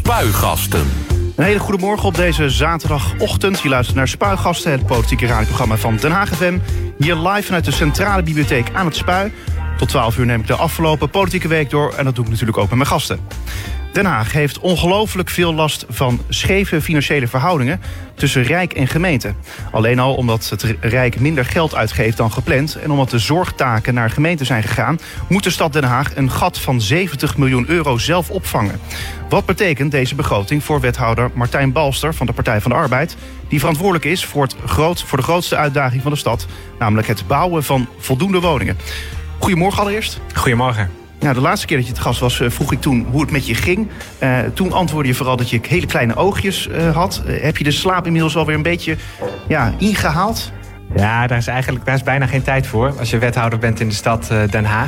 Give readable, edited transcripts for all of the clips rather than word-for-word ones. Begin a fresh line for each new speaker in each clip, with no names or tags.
Spuigasten.
Een hele goede morgen op deze zaterdagochtend. Je luistert naar Spuigasten, het politieke radioprogramma van Den Haag FM. Hier live vanuit de Centrale Bibliotheek aan het Spui. Tot 12 uur neem ik de afgelopen politieke week door. En dat doe ik natuurlijk ook met mijn gasten. Den Haag heeft ongelooflijk veel last van scheve financiële verhoudingen tussen Rijk en gemeente. Alleen al omdat het Rijk minder geld uitgeeft dan gepland en omdat de zorgtaken naar gemeenten zijn gegaan, moet de stad Den Haag een gat van 70 miljoen euro zelf opvangen. Wat betekent deze begroting voor wethouder Martijn Balster van de Partij van de Arbeid, die verantwoordelijk is voor de grootste uitdaging van de stad, namelijk het bouwen van voldoende woningen. Goedemorgen allereerst.
Goedemorgen.
Nou, de laatste keer dat je te gast was, vroeg ik toen hoe het met je ging. Toen antwoordde je vooral dat je hele kleine oogjes had. Heb je de slaap inmiddels alweer een beetje ingehaald?
Ja, daar is bijna geen tijd voor als je wethouder bent in de stad Den Haag.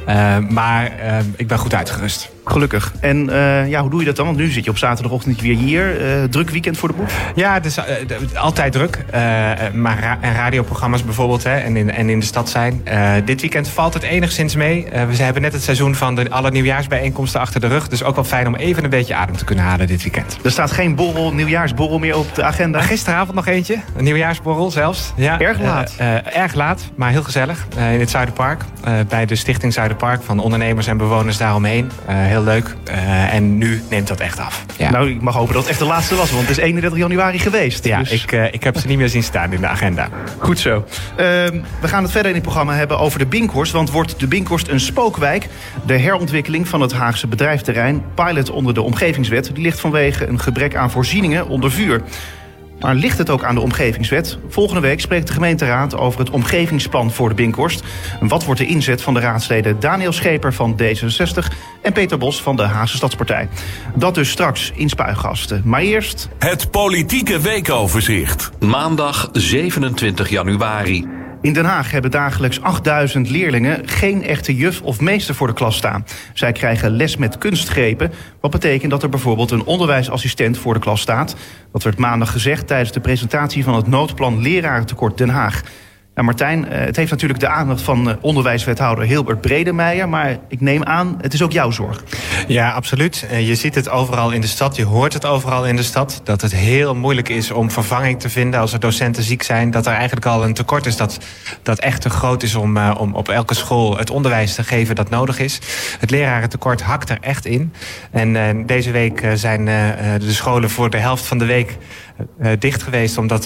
Maar ik ben goed uitgerust.
Gelukkig. En hoe doe je dat dan? Want nu zit je op zaterdagochtend weer hier. Druk weekend voor de boeg?
Ja, het is altijd druk. Maar radioprogramma's bijvoorbeeld en in de stad zijn. Dit weekend valt het enigszins mee. We hebben net het seizoen van alle nieuwjaarsbijeenkomsten achter de rug. Dus ook wel fijn om even een beetje adem te kunnen halen dit weekend.
Er staat geen nieuwjaarsborrel meer op de agenda?
Gisteravond nog eentje. Een nieuwjaarsborrel zelfs. Ja,
erg laat?
Erg laat, maar heel gezellig. In het Zuiderpark. Bij de Stichting Zuiderpark van ondernemers en bewoners daaromheen. Heel leuk. En nu neemt dat echt af. Ja.
Nou, ik mag hopen dat het echt de laatste was, want het is 31 januari geweest.
Ja,
dus
ik heb ze niet meer zien staan in de agenda.
Goed zo. We gaan het verder in het programma hebben over de Binkhorst. Want wordt de Binkhorst een spookwijk? De herontwikkeling van het Haagse bedrijfterrein, pilot onder de omgevingswet, die ligt vanwege een gebrek aan voorzieningen onder vuur. Maar ligt het ook aan de omgevingswet? Volgende week spreekt de gemeenteraad over het omgevingsplan voor de Binkhorst. En wat wordt de inzet van de raadsleden Daniel Scheper van D66 en Peter Bos van de Haagse Stadspartij? Dat dus straks in Spuigasten. Maar eerst
het politieke weekoverzicht. Maandag 27 januari.
In Den Haag hebben dagelijks 8000 leerlingen geen echte juf of meester voor de klas staan. Zij krijgen les met kunstgrepen, wat betekent dat er bijvoorbeeld een onderwijsassistent voor de klas staat. Dat werd maandag gezegd tijdens de presentatie van het noodplan lerarentekort Den Haag. Ja, Martijn, het heeft natuurlijk de aandacht van onderwijswethouder Hilbert Bredemeijer, maar ik neem aan, het is ook jouw zorg.
Ja, absoluut. Je ziet het overal in de stad, je hoort het overal in de stad, dat het heel moeilijk is om vervanging te vinden als er docenten ziek zijn, dat er eigenlijk al een tekort is dat echt te groot is om op elke school het onderwijs te geven dat nodig is. Het lerarentekort hakt er echt in. En deze week zijn de scholen voor de helft van de week dicht geweest omdat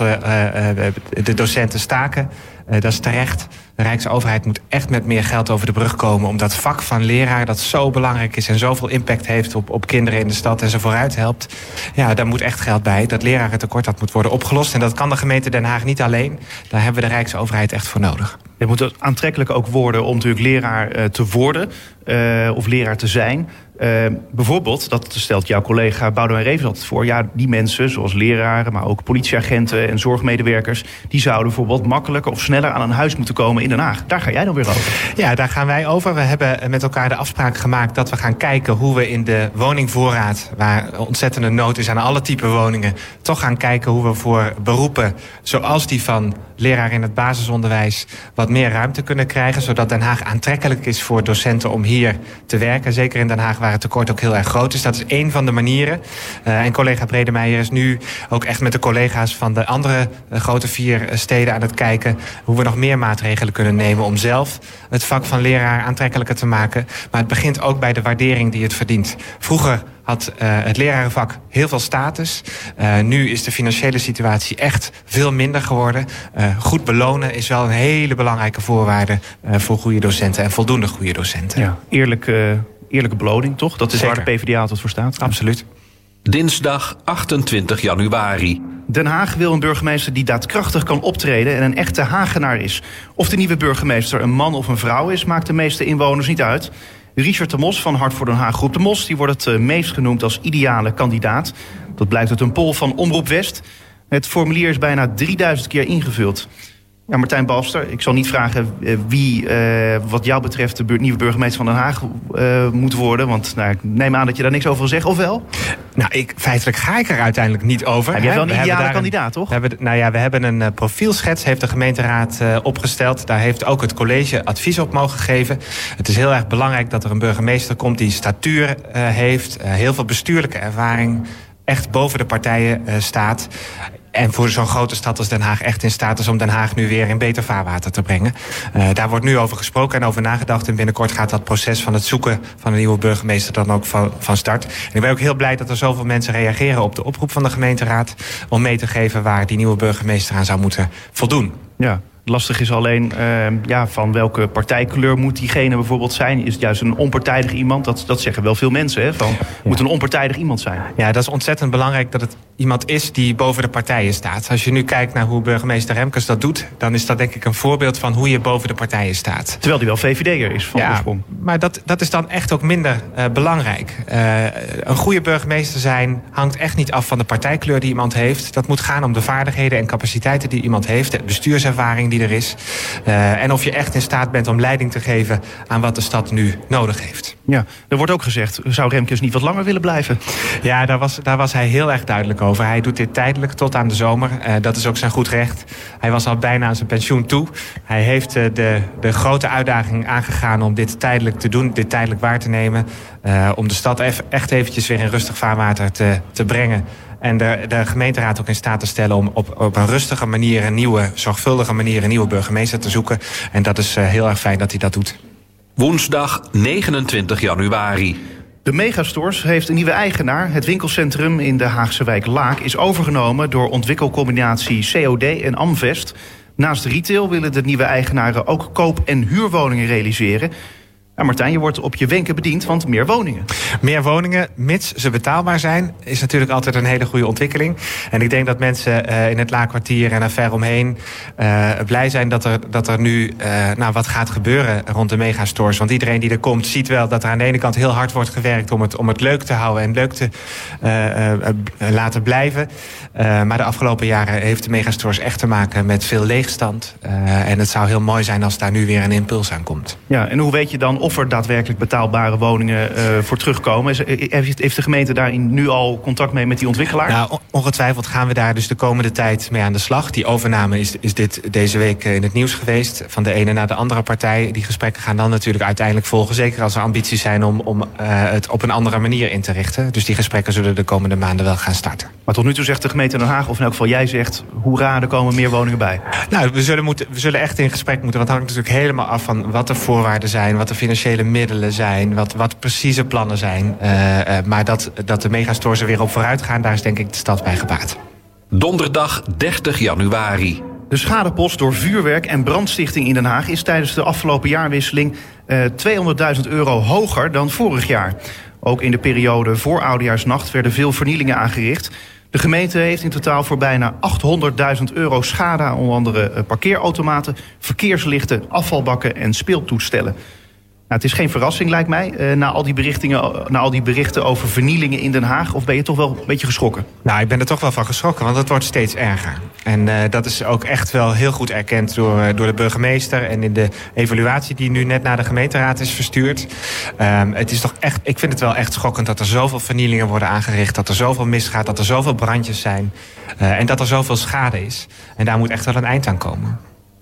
de docenten staken. Dat is terecht. De Rijksoverheid moet echt met meer geld over de brug komen om dat vak van leraar, dat zo belangrijk is en zoveel impact heeft op kinderen in de stad en ze vooruit helpt. Ja, daar moet echt geld bij. Dat lerarentekort, dat moet worden opgelost. En dat kan de gemeente Den Haag niet alleen. Daar hebben we de Rijksoverheid echt voor nodig.
Het moet aantrekkelijk ook worden om natuurlijk leraar te worden of leraar te zijn. Bijvoorbeeld, dat stelt jouw collega Boudewijn Revens altijd voor. Ja, die mensen, zoals leraren, maar ook politieagenten en zorgmedewerkers, die zouden bijvoorbeeld makkelijker of sneller aan een huis moeten komen in Den Haag. Daar ga jij dan weer over.
Ja, daar gaan wij over. We hebben met elkaar de afspraak gemaakt dat we gaan kijken hoe we in de woningvoorraad, waar ontzettende nood is aan alle type woningen, toch gaan kijken hoe we voor beroepen zoals die van leraar in het basisonderwijs wat meer ruimte kunnen krijgen, zodat Den Haag aantrekkelijk is voor docenten om hier te werken. Zeker in Den Haag waar het tekort ook heel erg groot is. Dat is één van de manieren. En collega Bredemeijer is nu ook echt met de collega's van de andere grote 4 steden aan het kijken hoe we nog meer maatregelen kunnen nemen om zelf het vak van leraar aantrekkelijker te maken. Maar het begint ook bij de waardering die het verdient. Vroeger had het lerarenvak heel veel status. Nu is de financiële situatie echt veel minder geworden. Goed belonen is wel een hele belangrijke voorwaarde voor goede docenten en voldoende goede docenten.
Ja, eerlijke beloning, toch? Dat is zeker waar de PvdA altijd voor staat.
Absoluut.
Dinsdag 28 januari.
Den Haag wil een burgemeester die daadkrachtig kan optreden en een echte Hagenaar is. Of de nieuwe burgemeester een man of een vrouw is, maakt de meeste inwoners niet uit. Richard de Mos van Hart voor Den Haag Groep de Mos, die wordt het meest genoemd als ideale kandidaat. Dat blijkt uit een poll van Omroep West. Het formulier is bijna 3000 keer ingevuld. Ja, Martijn Balster, ik zal niet vragen wie wat jou betreft de nieuwe burgemeester van Den Haag moet worden. Want ik neem aan dat je daar niks over wil zeggen, of wel?
Nou, feitelijk ga ik er uiteindelijk niet over.
Heb jij wel een ideale kandidaat, toch?
We hebben een profielschets, heeft de gemeenteraad opgesteld. Daar heeft ook het college advies op mogen geven. Het is heel erg belangrijk dat er een burgemeester komt die statuur heeft, heel veel bestuurlijke ervaring, echt boven de partijen staat. En voor zo'n grote stad als Den Haag echt in staat is om Den Haag nu weer in beter vaarwater te brengen. Daar wordt nu over gesproken en over nagedacht. En binnenkort gaat dat proces van het zoeken van een nieuwe burgemeester dan ook van start. En ik ben ook heel blij dat er zoveel mensen reageren op de oproep van de gemeenteraad om mee te geven waar die nieuwe burgemeester aan zou moeten voldoen.
Ja. Lastig is alleen van welke partijkleur moet diegene bijvoorbeeld zijn. Is het juist een onpartijdig iemand? Dat zeggen wel veel mensen. Hè? Moet een onpartijdig iemand zijn. Ja, dat is ontzettend belangrijk dat het iemand is die boven de partijen staat. Als je nu kijkt naar hoe burgemeester Remkes dat doet, dan is dat denk ik een voorbeeld van hoe je boven de partijen staat. Terwijl die wel VVD'er is van oorsprong. Maar dat is dan echt ook minder belangrijk. Een goede burgemeester zijn hangt echt niet af van de partijkleur die iemand heeft. Dat moet gaan om de vaardigheden en capaciteiten die iemand heeft. De bestuurservaring die er is. En of je echt in staat bent om leiding te geven aan wat de stad nu nodig heeft. Ja, er wordt ook gezegd, zou Remkes niet wat langer willen blijven? Ja, daar was hij heel erg duidelijk over. Hij doet dit tijdelijk tot aan de zomer. Dat is ook zijn goed recht. Hij was al bijna aan zijn pensioen toe. Hij heeft de grote uitdaging aangegaan om dit tijdelijk te doen, dit tijdelijk waar te nemen. Om de stad echt eventjes weer in rustig vaarwater te brengen. En de gemeenteraad ook in staat te stellen om op een rustige manier, zorgvuldige manier een nieuwe burgemeester te zoeken. En dat is heel erg fijn dat hij dat doet.
Woensdag 29 januari.
De Megastores heeft een nieuwe eigenaar. Het winkelcentrum in de Haagse wijk Laak is overgenomen door ontwikkelcombinatie COD en Amvest. Naast retail willen de nieuwe eigenaren ook koop- en huurwoningen realiseren. Ja, Martijn, je wordt op je wenken bediend, want meer woningen. Meer woningen, mits ze betaalbaar zijn, is natuurlijk altijd een hele goede ontwikkeling. En ik denk dat mensen in het Laakkwartier en er ver omheen blij zijn dat er nu wat gaat gebeuren rond de megastores. Want iedereen die er komt ziet wel dat er aan de ene kant heel hard wordt gewerkt om het leuk te houden en leuk te laten blijven. Maar de afgelopen jaren heeft de megastores echt te maken met veel leegstand. En het zou heel mooi zijn als daar nu weer een impuls aan komt. Ja, en hoe weet je dan of er daadwerkelijk betaalbare woningen voor terugkomen? Heeft de gemeente daarin nu al contact mee met die ontwikkelaar? Nou, ongetwijfeld gaan we daar dus de komende tijd mee aan de slag. Die overname is deze week in het nieuws geweest. Van de ene naar de andere partij. Die gesprekken gaan dan natuurlijk uiteindelijk volgen. Zeker als er ambities zijn om het op een andere manier in te richten. Dus die gesprekken zullen de komende maanden wel gaan starten. Maar tot nu toe zegt de gemeente Den Haag, of in elk geval jij zegt, hoera, er komen meer woningen bij. Nou, we zullen echt in gesprek moeten. Want het hangt natuurlijk helemaal af van wat de voorwaarden zijn, wat de financiële middelen zijn, wat precieze plannen zijn. Maar dat de megastores er weer op vooruit gaan, daar is denk ik de stad bij gebaat.
Donderdag 30 januari.
De schadepost door vuurwerk en brandstichting in Den Haag is tijdens de afgelopen jaarwisseling €200.000 hoger dan vorig jaar. Ook in de periode voor Oudejaarsnacht werden veel vernielingen aangericht. De gemeente heeft in totaal voor bijna €800.000 schade aan onder andere parkeerautomaten, verkeerslichten, afvalbakken en speeltoestellen. Nou, het is geen verrassing, lijkt mij, na al die berichten over vernielingen in Den Haag. Of ben je toch wel een beetje geschrokken?
Nou, ik ben er toch wel van geschrokken, want het wordt steeds erger. En dat is ook echt wel heel goed erkend door de burgemeester. En in de evaluatie die nu net naar de gemeenteraad is verstuurd. Het is toch echt, ik vind het wel echt schokkend dat er zoveel vernielingen worden aangericht. Dat er zoveel misgaat, dat er zoveel brandjes zijn. En dat er zoveel schade is. En daar moet echt wel een eind aan komen.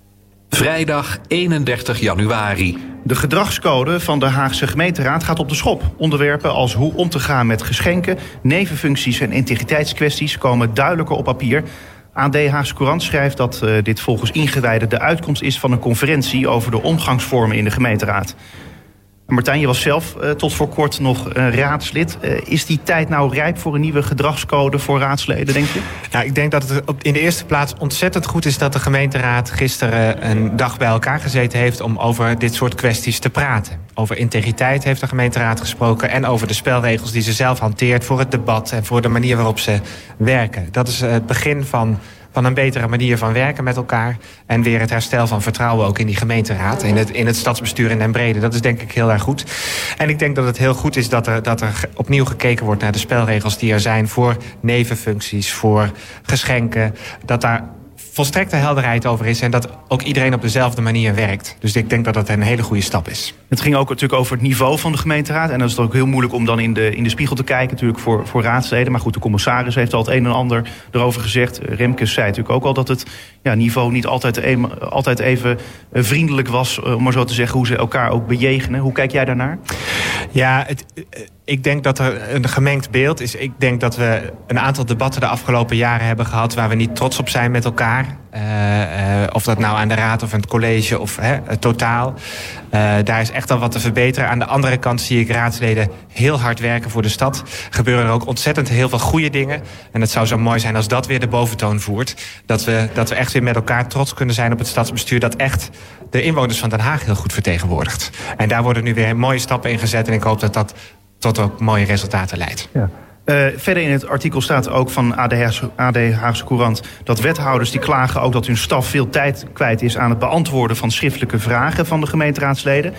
Vrijdag 31 januari.
De gedragscode van de Haagse gemeenteraad gaat op de schop. Onderwerpen als hoe om te gaan met geschenken, nevenfuncties en integriteitskwesties komen duidelijker op papier. AD Haagse Courant schrijft dat dit volgens ingewijden de uitkomst is van een conferentie over de omgangsvormen in de gemeenteraad. Martijn, je was zelf tot voor kort nog raadslid. Is die tijd nou rijp voor een nieuwe gedragscode voor raadsleden, denk je? Nou, ik denk dat het in de eerste plaats ontzettend goed is dat de gemeenteraad gisteren een dag bij elkaar gezeten heeft om over dit soort kwesties te praten. Over integriteit heeft de gemeenteraad gesproken en over de spelregels die ze zelf hanteert voor het debat en voor de manier waarop ze werken. Dat is het begin van een betere manier van werken met elkaar. En weer het herstel van vertrouwen ook in die gemeenteraad. In het stadsbestuur in Den Brede. Dat is denk ik heel erg goed. En ik denk dat het heel goed is dat er opnieuw gekeken wordt naar de spelregels die er zijn voor nevenfuncties, voor geschenken. Dat daar
volstrekte helderheid over is en dat ook iedereen op dezelfde manier werkt. Dus ik denk dat dat een hele goede stap is.
Het ging ook natuurlijk over het niveau van de gemeenteraad. En dat is ook heel moeilijk om dan in de spiegel te kijken, natuurlijk voor raadsleden. Maar goed, de commissaris heeft al het een en ander erover gezegd. Remkes zei natuurlijk ook al dat het niveau niet altijd even vriendelijk was, om maar zo te zeggen, hoe ze elkaar ook bejegenen. Hoe kijk jij daarnaar?
Ja, ik denk dat er een gemengd beeld is. Ik denk dat we een aantal debatten de afgelopen jaren hebben gehad waar we niet trots op zijn met elkaar. Of dat nou aan de raad of aan het college of totaal. Daar is echt al wat te verbeteren. Aan de andere kant zie ik raadsleden heel hard werken voor de stad. Gebeuren er ook ontzettend heel veel goede dingen. En het zou zo mooi zijn als dat weer de boventoon voert. Dat we echt weer met elkaar trots kunnen zijn op het stadsbestuur dat echt de inwoners van Den Haag heel goed vertegenwoordigt. En daar worden nu weer mooie stappen in gezet. En ik hoop dat dat tot ook mooie resultaten leidt.
Ja. Verder in het artikel staat ook van AD Haagse Courant dat wethouders die klagen ook dat hun staf veel tijd kwijt is aan het beantwoorden van schriftelijke vragen van de gemeenteraadsleden.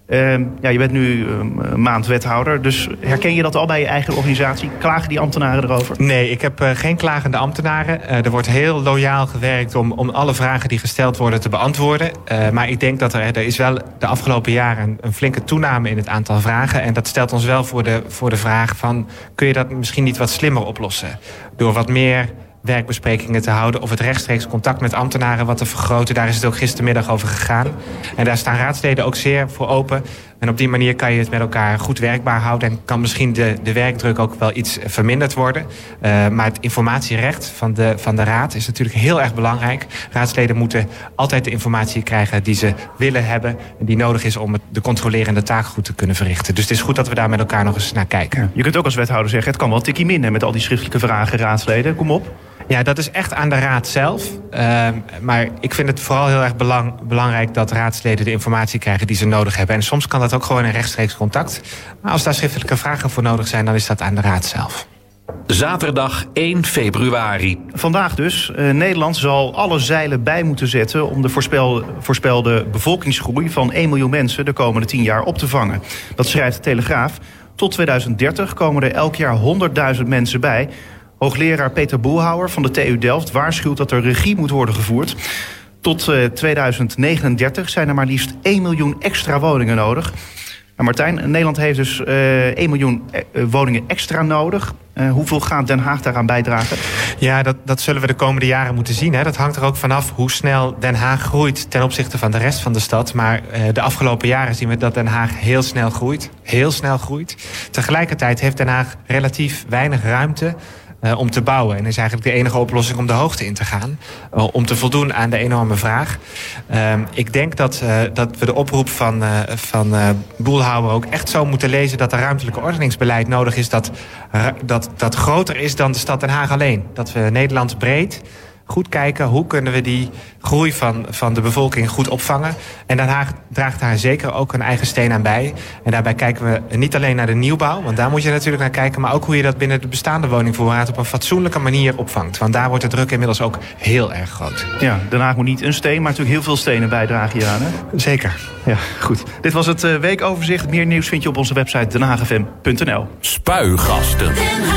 Je bent nu een maand wethouder, dus herken je dat al bij je eigen organisatie? Klagen die ambtenaren erover?
Nee, ik heb geen klagende ambtenaren. Er wordt heel loyaal gewerkt om alle vragen die gesteld worden te beantwoorden. Maar ik denk dat er is wel de afgelopen jaren een flinke toename in het aantal vragen. En dat stelt ons wel voor de vraag van, kun je dat misschien niet wat slimmer oplossen? Door wat meer werkbesprekingen te houden of het rechtstreeks contact met ambtenaren wat te vergroten. Daar is het ook gistermiddag over gegaan. En daar staan raadsleden ook zeer voor open. En op die manier kan je het met elkaar goed werkbaar houden en kan misschien de werkdruk ook wel iets verminderd worden. Maar het informatierecht van de raad is natuurlijk heel erg belangrijk. Raadsleden moeten altijd de informatie krijgen die ze willen hebben en die nodig is om de controlerende taak goed te kunnen verrichten. Dus het is goed dat we daar met elkaar nog eens naar kijken. Ja,
je kunt ook als wethouder zeggen, het kan wel een tikkie minder met al die schriftelijke vragen, raadsleden. Kom op.
Ja, dat is echt aan de raad zelf. Maar ik vind het vooral heel erg belangrijk dat raadsleden de informatie krijgen die ze nodig hebben. En soms kan dat ook gewoon in rechtstreeks contact. Maar als daar schriftelijke vragen voor nodig zijn, dan is dat aan de raad zelf.
Zaterdag 1 februari.
Vandaag dus. Nederland zal alle zeilen bij moeten zetten om de voorspelde bevolkingsgroei van 1 miljoen mensen de komende 10 jaar op te vangen. Dat schrijft de Telegraaf. Tot 2030 komen er elk jaar 100.000 mensen bij. Hoogleraar Peter Boelhouwer van de TU Delft waarschuwt dat er regie moet worden gevoerd. Tot 2039 zijn er maar liefst 1 miljoen extra woningen nodig. Maar Martijn, Nederland heeft dus 1 miljoen woningen extra nodig. Hoeveel gaat Den Haag daaraan bijdragen?
Ja, dat zullen we de komende jaren moeten zien. Hè. Dat hangt er ook vanaf hoe snel Den Haag groeit ten opzichte van de rest van de stad. Maar de afgelopen jaren zien we dat Den Haag heel snel groeit. Heel snel groeit. Tegelijkertijd heeft Den Haag relatief weinig ruimte om te bouwen. En is eigenlijk de enige oplossing om de hoogte in te gaan. Om te voldoen aan de enorme vraag. Ik denk dat we de oproep van Boelhouwer ook echt zo moeten lezen dat er ruimtelijke ordeningsbeleid nodig is dat groter is dan de stad Den Haag alleen. Dat we Nederland breed goed kijken hoe kunnen we die groei van de bevolking goed opvangen. En Den Haag draagt daar zeker ook een eigen steen aan bij. En daarbij kijken we niet alleen naar de nieuwbouw, want daar moet je natuurlijk naar kijken, maar ook hoe je dat binnen de bestaande woningvoorraad op een fatsoenlijke manier opvangt. Want daar wordt de druk inmiddels ook heel erg groot.
Ja, Den Haag moet niet een steen, maar natuurlijk heel veel stenen bijdragen hieraan. Hè?
Zeker.
Ja, goed. Dit was het weekoverzicht. Meer nieuws vind je op onze website denhaagfm.nl.
Spuigasten.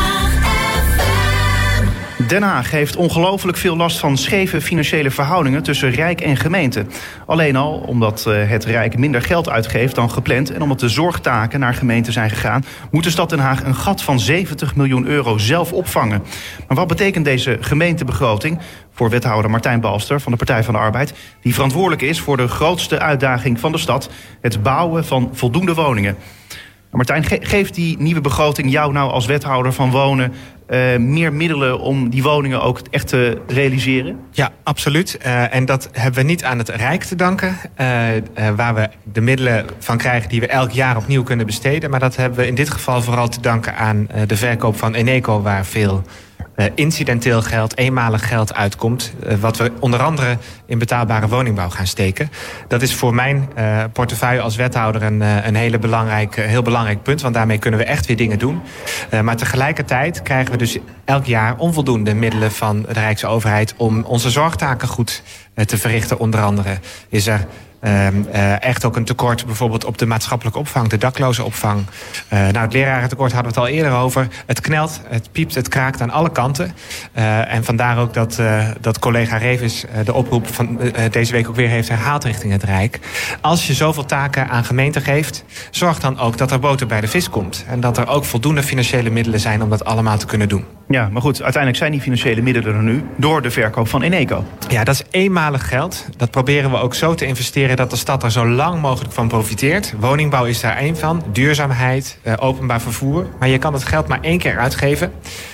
Den Haag heeft ongelooflijk veel last van scheve financiële verhoudingen tussen Rijk en gemeente. Alleen al omdat het Rijk minder geld uitgeeft dan gepland en omdat de zorgtaken naar gemeenten zijn gegaan, moet de stad Den Haag een gat van 70 miljoen euro zelf opvangen. Maar wat betekent deze gemeentebegroting voor wethouder Martijn Balster van de Partij van de Arbeid, die verantwoordelijk is voor de grootste uitdaging van de stad, het bouwen van voldoende woningen? Martijn, geeft die nieuwe begroting jou nou als wethouder van wonen meer middelen om die woningen ook echt te realiseren?
Ja, absoluut. En dat hebben we niet aan het Rijk te danken, waar we de middelen van krijgen die we elk jaar opnieuw kunnen besteden. Maar dat hebben we in dit geval vooral te danken aan de verkoop van Eneco, waar veel incidenteel geld, eenmalig geld uitkomt, wat we onder andere in betaalbare woningbouw gaan steken. Dat is voor mijn portefeuille als wethouder een heel belangrijk punt, want daarmee kunnen we echt weer dingen doen. Maar tegelijkertijd krijgen we dus elk jaar onvoldoende middelen van de Rijksoverheid om onze zorgtaken goed te verrichten. Onder andere is er Echt ook een tekort bijvoorbeeld op de maatschappelijke opvang, de daklozenopvang. Het lerarentekort hadden we het al eerder over. Het knelt, het piept, het kraakt aan alle kanten. En vandaar ook dat collega Revis de oproep van deze week ook weer heeft herhaald richting het Rijk. Als je zoveel taken aan gemeenten geeft, zorg dan ook dat er boter bij de vis komt. En dat er ook voldoende financiële middelen zijn om dat allemaal te kunnen doen.
Ja, maar goed, uiteindelijk zijn die financiële middelen er nu door de verkoop van Eneco.
Ja, dat is eenmalig geld. Dat proberen we ook zo te investeren dat de stad er zo lang mogelijk van profiteert. Woningbouw is daar één van. Duurzaamheid, openbaar vervoer. Maar je kan het geld maar 1 keer uitgeven.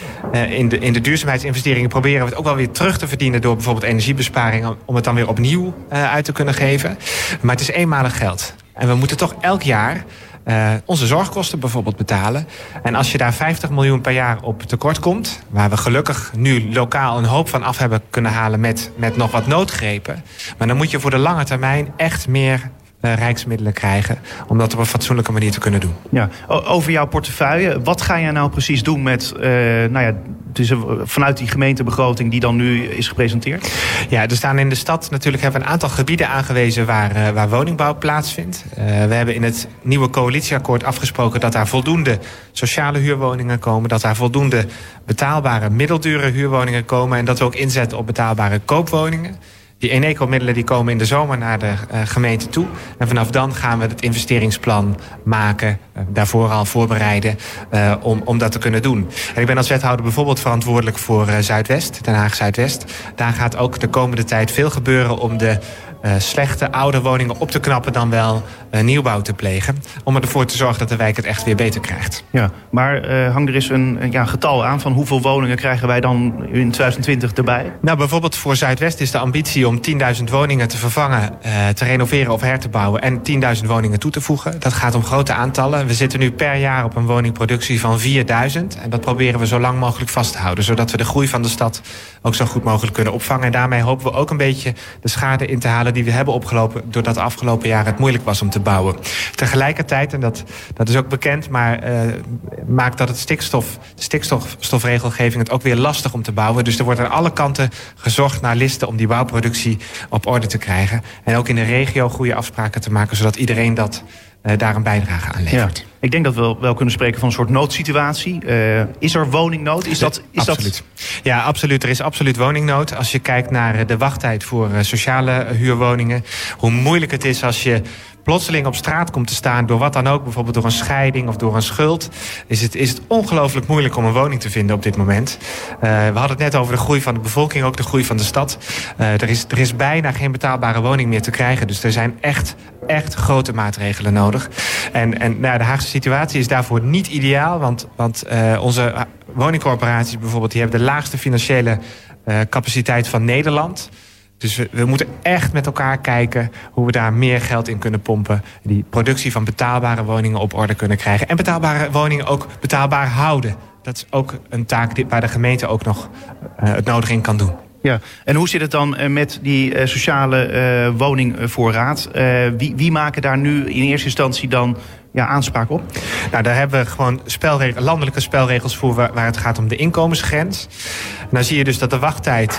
In de duurzaamheidsinvesteringen proberen we het ook wel weer terug te verdienen door bijvoorbeeld energiebesparing, om het dan weer opnieuw uit te kunnen geven. Maar het is eenmalig geld. En we moeten toch elk jaar onze zorgkosten bijvoorbeeld betalen. En als je daar 50 miljoen per jaar op tekort komt, waar we gelukkig nu lokaal een hoop van af hebben kunnen halen met nog wat noodgrepen, maar dan moet je voor de lange termijn echt meer rijksmiddelen krijgen om dat op een fatsoenlijke manier te kunnen doen. Ja,
over jouw portefeuille, wat ga jij nou precies doen met vanuit die gemeentebegroting die dan nu is gepresenteerd?
Ja, er staan in de stad natuurlijk hebben we een aantal gebieden aangewezen waar woningbouw plaatsvindt. We hebben in het nieuwe coalitieakkoord afgesproken dat daar voldoende sociale huurwoningen komen, dat daar voldoende betaalbare middeldure huurwoningen komen en dat we ook inzetten op betaalbare koopwoningen. Die Eneco-middelen die komen in de zomer naar de gemeente toe. En vanaf dan gaan we het investeringsplan maken, daarvoor al voorbereiden om dat te kunnen doen. En ik ben als wethouder bijvoorbeeld verantwoordelijk voor Zuidwest, Den Haag Zuidwest. Daar gaat ook de komende tijd veel gebeuren om de slechte oude woningen op te knappen dan wel nieuwbouw te plegen. Om ervoor te zorgen dat de wijk het echt weer beter krijgt.
Ja, maar hangt er eens een getal aan van hoeveel woningen krijgen wij dan in 2020 erbij?
Nou, bijvoorbeeld voor Zuidwest is de ambitie om 10.000 woningen te vervangen, te renoveren of her te bouwen en 10.000 woningen toe te voegen. Dat gaat om grote aantallen. We zitten nu per jaar op een woningproductie van 4.000 en dat proberen we zo lang mogelijk vast te houden, zodat we de groei van de stad ook zo goed mogelijk kunnen opvangen. En daarmee hopen we ook een beetje de schade in te halen die we hebben opgelopen doordat de afgelopen jaren het moeilijk was om te bouwen. Tegelijkertijd, en dat is ook bekend, maar maakt dat de stikstofregelgeving het ook weer lastig om te bouwen. Dus er wordt aan alle kanten gezocht naar listen om die bouwproductie op orde te krijgen. En ook in de regio goede afspraken te maken, zodat iedereen daar een bijdrage aan levert.
Ja. Ik denk dat we wel kunnen spreken van een soort noodsituatie. Is er woningnood?
Absoluut. Ja, absoluut. Er is absoluut woningnood. Als je kijkt naar de wachttijd voor sociale huurwoningen, hoe moeilijk het is als je plotseling op straat komt te staan door wat dan ook, bijvoorbeeld door een scheiding of door een schuld, is het ongelooflijk moeilijk om een woning te vinden op dit moment. We hadden het net over de groei van de bevolking, ook de groei van de stad. Er is bijna geen betaalbare woning meer te krijgen, dus er zijn echt grote maatregelen nodig. En de Haagse situatie is daarvoor niet ideaal, want onze woningcorporaties bijvoorbeeld, die hebben de laagste financiële capaciteit van Nederland. Dus we moeten echt met elkaar kijken hoe we daar meer geld in kunnen pompen. Die productie van betaalbare woningen op orde kunnen krijgen. En betaalbare woningen ook betaalbaar houden. Dat is ook een taak waar de gemeente ook nog het nodige in kan doen.
Ja, en hoe zit het dan met die sociale woningvoorraad? Wie maken daar nu in eerste instantie dan aanspraak op?
Nou, daar hebben we gewoon landelijke spelregels voor waar het gaat om de inkomensgrens. En dan zie je dus dat de wachttijd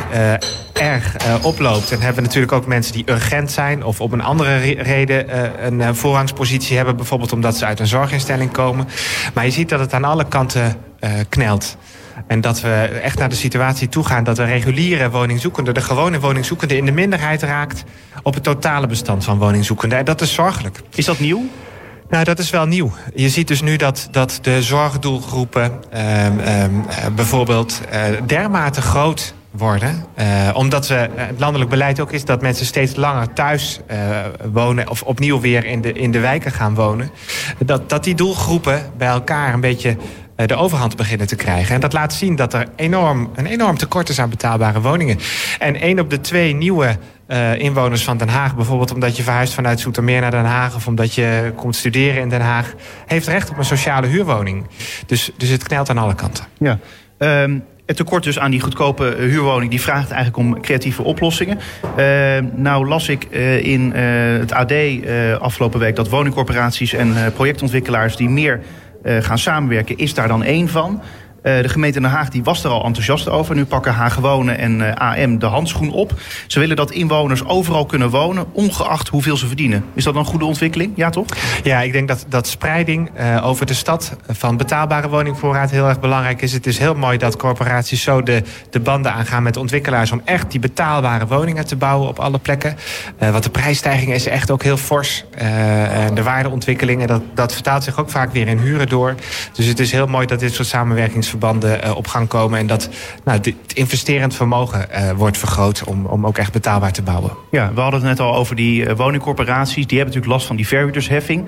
erg oploopt. En hebben we natuurlijk ook mensen die urgent zijn of op een andere reden een voorrangspositie hebben. Bijvoorbeeld omdat ze uit een zorginstelling komen. Maar je ziet dat het aan alle kanten knelt. En dat we echt naar de situatie toe gaan dat de reguliere woningzoekende, de gewone woningzoekende, in de minderheid raakt op het totale bestand van woningzoekenden. En dat is zorgelijk.
Is dat nieuw?
Nou, dat is wel nieuw. Je ziet dus nu dat de zorgdoelgroepen bijvoorbeeld dermate groot worden. Omdat het landelijk beleid ook is dat mensen steeds langer thuis wonen of opnieuw weer in de wijken gaan wonen. Dat die doelgroepen bij elkaar een beetje de overhand beginnen te krijgen. En dat laat zien dat er een enorm tekort is aan betaalbare woningen. En 1 op de 2 nieuwe inwoners van Den Haag, bijvoorbeeld omdat je verhuist vanuit Zoetermeer naar Den Haag of omdat je komt studeren in Den Haag, heeft recht op een sociale huurwoning. Dus het knelt aan alle kanten.
Ja. Het tekort dus aan die goedkope huurwoning, die vraagt eigenlijk om creatieve oplossingen. Nou las ik in het AD afgelopen week dat woningcorporaties en projectontwikkelaars die meer gaan samenwerken, is daar dan één van. De gemeente Den Haag die was er al enthousiast over. Nu pakken Haagwonen en AM de handschoen op. Ze willen dat inwoners overal kunnen wonen, ongeacht hoeveel ze verdienen. Is dat een goede ontwikkeling? Ja, toch?
Ja, ik denk dat spreiding over de stad van betaalbare woningvoorraad heel erg belangrijk is. Het is heel mooi dat corporaties zo de banden aangaan met ontwikkelaars om echt die betaalbare woningen te bouwen op alle plekken. Want de prijsstijging is echt ook heel fors. De waardeontwikkelingen, dat vertaalt zich ook vaak weer in huren door. Dus het is heel mooi dat dit soort samenwerkingsverbanden op gang komen en dat het investerend vermogen wordt vergroot om ook echt betaalbaar te bouwen.
Ja, we hadden het net al over die woningcorporaties. Die hebben natuurlijk last van die verhuurdersheffing.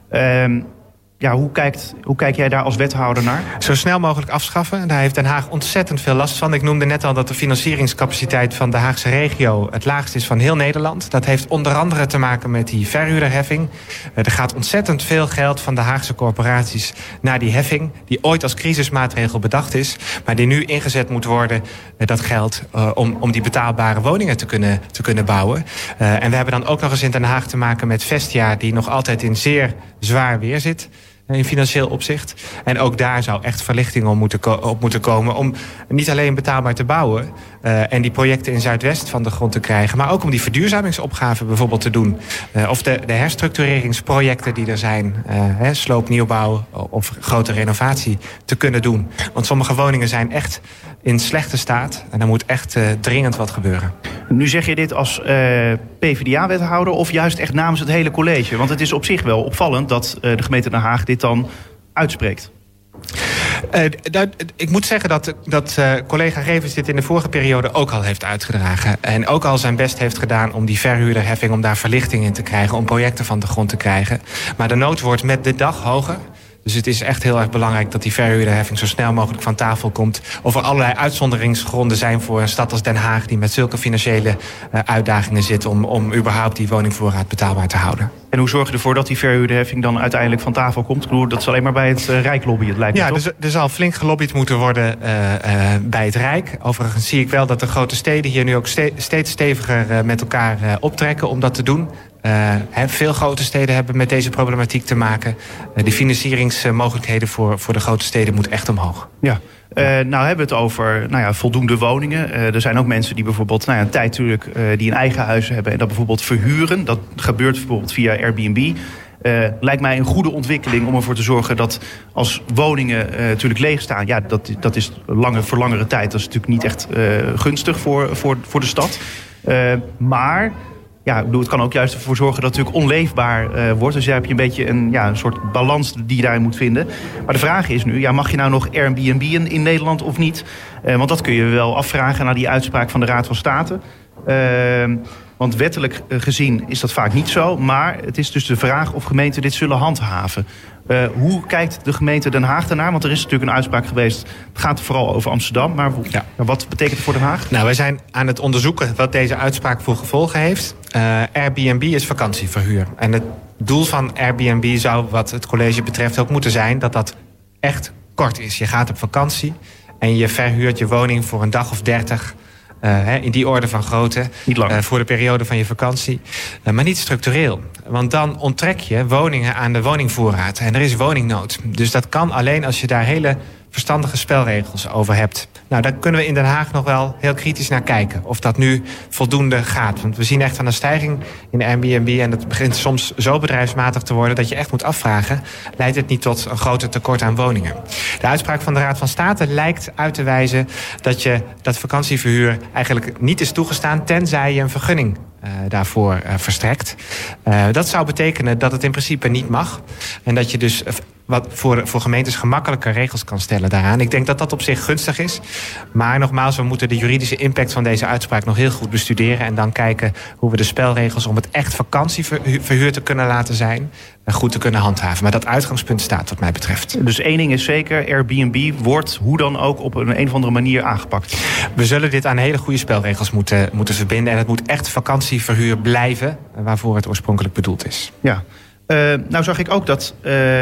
Hoe kijk jij daar als wethouder naar?
Zo snel mogelijk afschaffen. Daar heeft Den Haag ontzettend veel last van. Ik noemde net al dat de financieringscapaciteit van de Haagse regio het laagst is van heel Nederland. Dat heeft onder andere te maken met die verhuurderheffing. Er gaat ontzettend veel geld van de Haagse corporaties naar die heffing, die ooit als crisismaatregel bedacht is, maar die nu ingezet moet worden, dat geld, om die betaalbare woningen te kunnen bouwen. En we hebben dan ook nog eens in Den Haag te maken met Vestia, die nog altijd in zeer zwaar weer zit in financieel opzicht. En ook daar zou echt verlichting op moeten komen om niet alleen betaalbaar te bouwen en die projecten in Zuidwest van de grond te krijgen, maar ook om die verduurzamingsopgave bijvoorbeeld te doen. Of de herstructureringsprojecten die er zijn, sloop, nieuwbouw of grote renovatie te kunnen doen. Want sommige woningen zijn echt in slechte staat en er moet echt dringend wat gebeuren.
Nu zeg je dit als PvdA-wethouder of juist echt namens het hele college? Want het is op zich wel opvallend dat de gemeente Den Haag dit dan uitspreekt.
Ik moet zeggen dat collega Revens dit in de vorige periode ook al heeft uitgedragen. En ook al zijn best heeft gedaan om die verhuurderheffing, om daar verlichting in te krijgen, om projecten van de grond te krijgen. Maar de nood wordt met de dag hoger. Dus het is echt heel erg belangrijk dat die verhuurderheffing zo snel mogelijk van tafel komt. Of er allerlei uitzonderingsgronden zijn voor een stad als Den Haag, die met zulke financiële uitdagingen zit om überhaupt die woningvoorraad betaalbaar te houden.
En hoe zorg je ervoor dat die verhuurderheffing dan uiteindelijk van tafel komt? Ik bedoel, dat is alleen maar bij het Rijk lobbyen, lijkt me, toch?
Ja, er zal flink gelobbyd moeten worden bij het Rijk. Overigens zie ik wel dat de grote steden hier nu ook steeds steviger met elkaar optrekken om dat te doen. Veel grote steden hebben met deze problematiek te maken. De financieringsmogelijkheden voor de grote steden moet echt omhoog.
Ja. Nou hebben we het over voldoende woningen. Er zijn ook mensen die bijvoorbeeld een tijd natuurlijk die een eigen huis hebben en dat bijvoorbeeld verhuren. Dat gebeurt bijvoorbeeld via Airbnb. Lijkt mij een goede ontwikkeling om ervoor te zorgen dat als woningen natuurlijk leeg staan, ja, dat is voor langere tijd. Dat is natuurlijk niet echt gunstig voor de stad. Maar ja, ik bedoel, het kan ook juist ervoor zorgen dat het natuurlijk onleefbaar wordt. Dus daar heb je een beetje een soort balans die je daarin moet vinden. Maar de vraag is nu, mag je nou nog Airbnb in Nederland of niet? Want dat kun je wel afvragen naar die uitspraak van de Raad van State. Want wettelijk gezien is dat vaak niet zo. Maar het is dus de vraag of gemeenten dit zullen handhaven. Hoe kijkt de gemeente Den Haag daarnaar? Want er is natuurlijk een uitspraak geweest. Het gaat vooral over Amsterdam. Maar wat betekent het voor Den Haag?
Nou, wij zijn aan het onderzoeken wat deze uitspraak voor gevolgen heeft. Airbnb is vakantieverhuur. En het doel van Airbnb zou wat het college betreft ook moeten zijn dat echt kort is. Je gaat op vakantie en je verhuurt je woning voor een dag of 30... in die orde van grootte.
Niet lang.
Voor de periode van je vakantie. Maar niet structureel. Want dan onttrek je woningen aan de woningvoorraad. En er is woningnood. Dus dat kan alleen als je daar hele verstandige spelregels over hebt. Nou, daar kunnen we in Den Haag nog wel heel kritisch naar kijken. Of dat nu voldoende gaat. Want we zien echt aan een stijging in de Airbnb. En het begint soms zo bedrijfsmatig te worden dat je echt moet afvragen, leidt het niet tot een groter tekort aan woningen? De uitspraak van de Raad van State lijkt uit te wijzen dat vakantieverhuur eigenlijk niet is toegestaan, tenzij je een vergunning daarvoor verstrekt. Dat zou betekenen dat het in principe niet mag. En dat je dus wat voor gemeentes gemakkelijker regels kan stellen daaraan. Ik denk dat dat op zich gunstig is. Maar nogmaals, we moeten de juridische impact van deze uitspraak nog heel goed bestuderen. En dan kijken hoe we de spelregels om het echt vakantieverhuur te kunnen laten zijn, goed te kunnen handhaven. Maar dat uitgangspunt staat wat mij betreft.
Dus één ding is zeker, Airbnb wordt hoe dan ook op een of andere manier aangepakt.
We zullen dit aan hele goede spelregels moeten verbinden. En het moet echt vakantieverhuur blijven waarvoor het oorspronkelijk bedoeld is.
Ja. Nou zag ik ook dat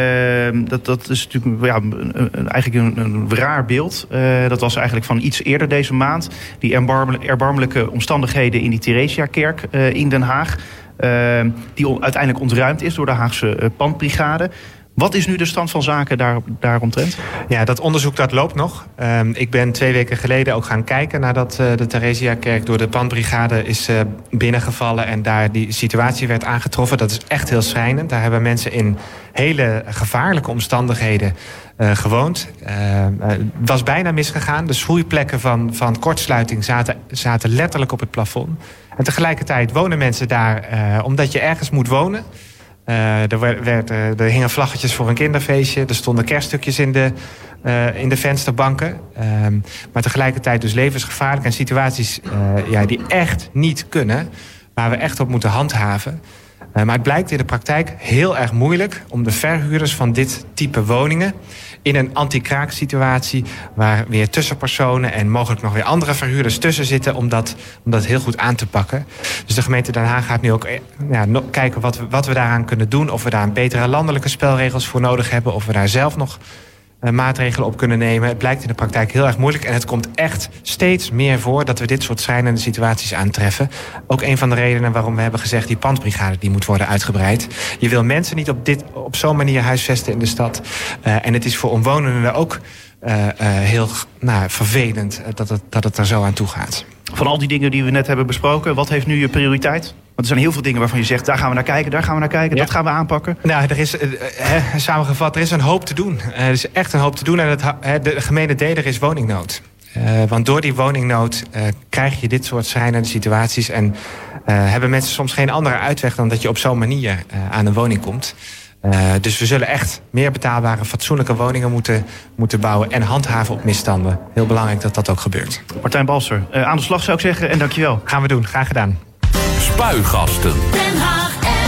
is natuurlijk eigenlijk een raar beeld. Dat was eigenlijk van iets eerder deze maand. Die erbarmelijke omstandigheden in die Theresiakerk in Den Haag. Die uiteindelijk ontruimd is door de Haagse pandbrigade. Wat is nu de stand van zaken daaromtrent?
Ja, dat onderzoek dat loopt nog. Ik ben 2 weken geleden ook gaan kijken nadat de Theresiakerk door de brandbrigade is binnengevallen en daar die situatie werd aangetroffen. Dat is echt heel schrijnend. Daar hebben mensen in hele gevaarlijke omstandigheden gewoond. Het was bijna misgegaan. De schroeiplekken van kortsluiting zaten letterlijk op het plafond. En tegelijkertijd wonen mensen daar omdat je ergens moet wonen. Er hingen vlaggetjes voor een kinderfeestje. Er stonden kerststukjes in de vensterbanken. Maar tegelijkertijd dus levensgevaarlijk. En situaties die echt niet kunnen. Waar we echt op moeten handhaven. Maar het blijkt in de praktijk heel erg moeilijk om de verhuurders van dit type woningen in een anti-kraaksituatie waar weer tussenpersonen en mogelijk nog weer andere verhuurders tussen zitten om dat heel goed aan te pakken. Dus de gemeente Den Haag gaat nu ook kijken wat we daaraan kunnen doen. Of we daar een betere landelijke spelregels voor nodig hebben. Of we daar zelf nog maatregelen op kunnen nemen. Het blijkt in de praktijk heel erg moeilijk. En het komt echt steeds meer voor dat we dit soort schrijnende situaties aantreffen. Ook een van de redenen waarom we hebben gezegd die pandbrigade die moet worden uitgebreid. Je wil mensen niet op zo'n manier huisvesten in de stad. En het is voor omwonenden ook heel vervelend dat het er zo aan toe gaat.
Van al die dingen die we net hebben besproken, wat heeft nu je prioriteit? Want er zijn heel veel dingen waarvan je zegt, daar gaan we naar kijken, daar gaan we naar kijken, dat gaan we aanpakken.
Nou, er is, samengevat, er is een hoop te doen. Er is echt een hoop te doen en de gemene deler is woningnood. Want door die woningnood krijg je dit soort schrijnende situaties en hebben mensen soms geen andere uitweg dan dat je op zo'n manier aan een woning komt. Dus we zullen echt meer betaalbare, fatsoenlijke woningen moeten bouwen en handhaven op misstanden. Heel belangrijk dat dat ook gebeurt.
Martijn Balser, aan de slag zou ik zeggen en dankjewel.
Gaan we doen, graag gedaan.
Spuigasten.
Den Haag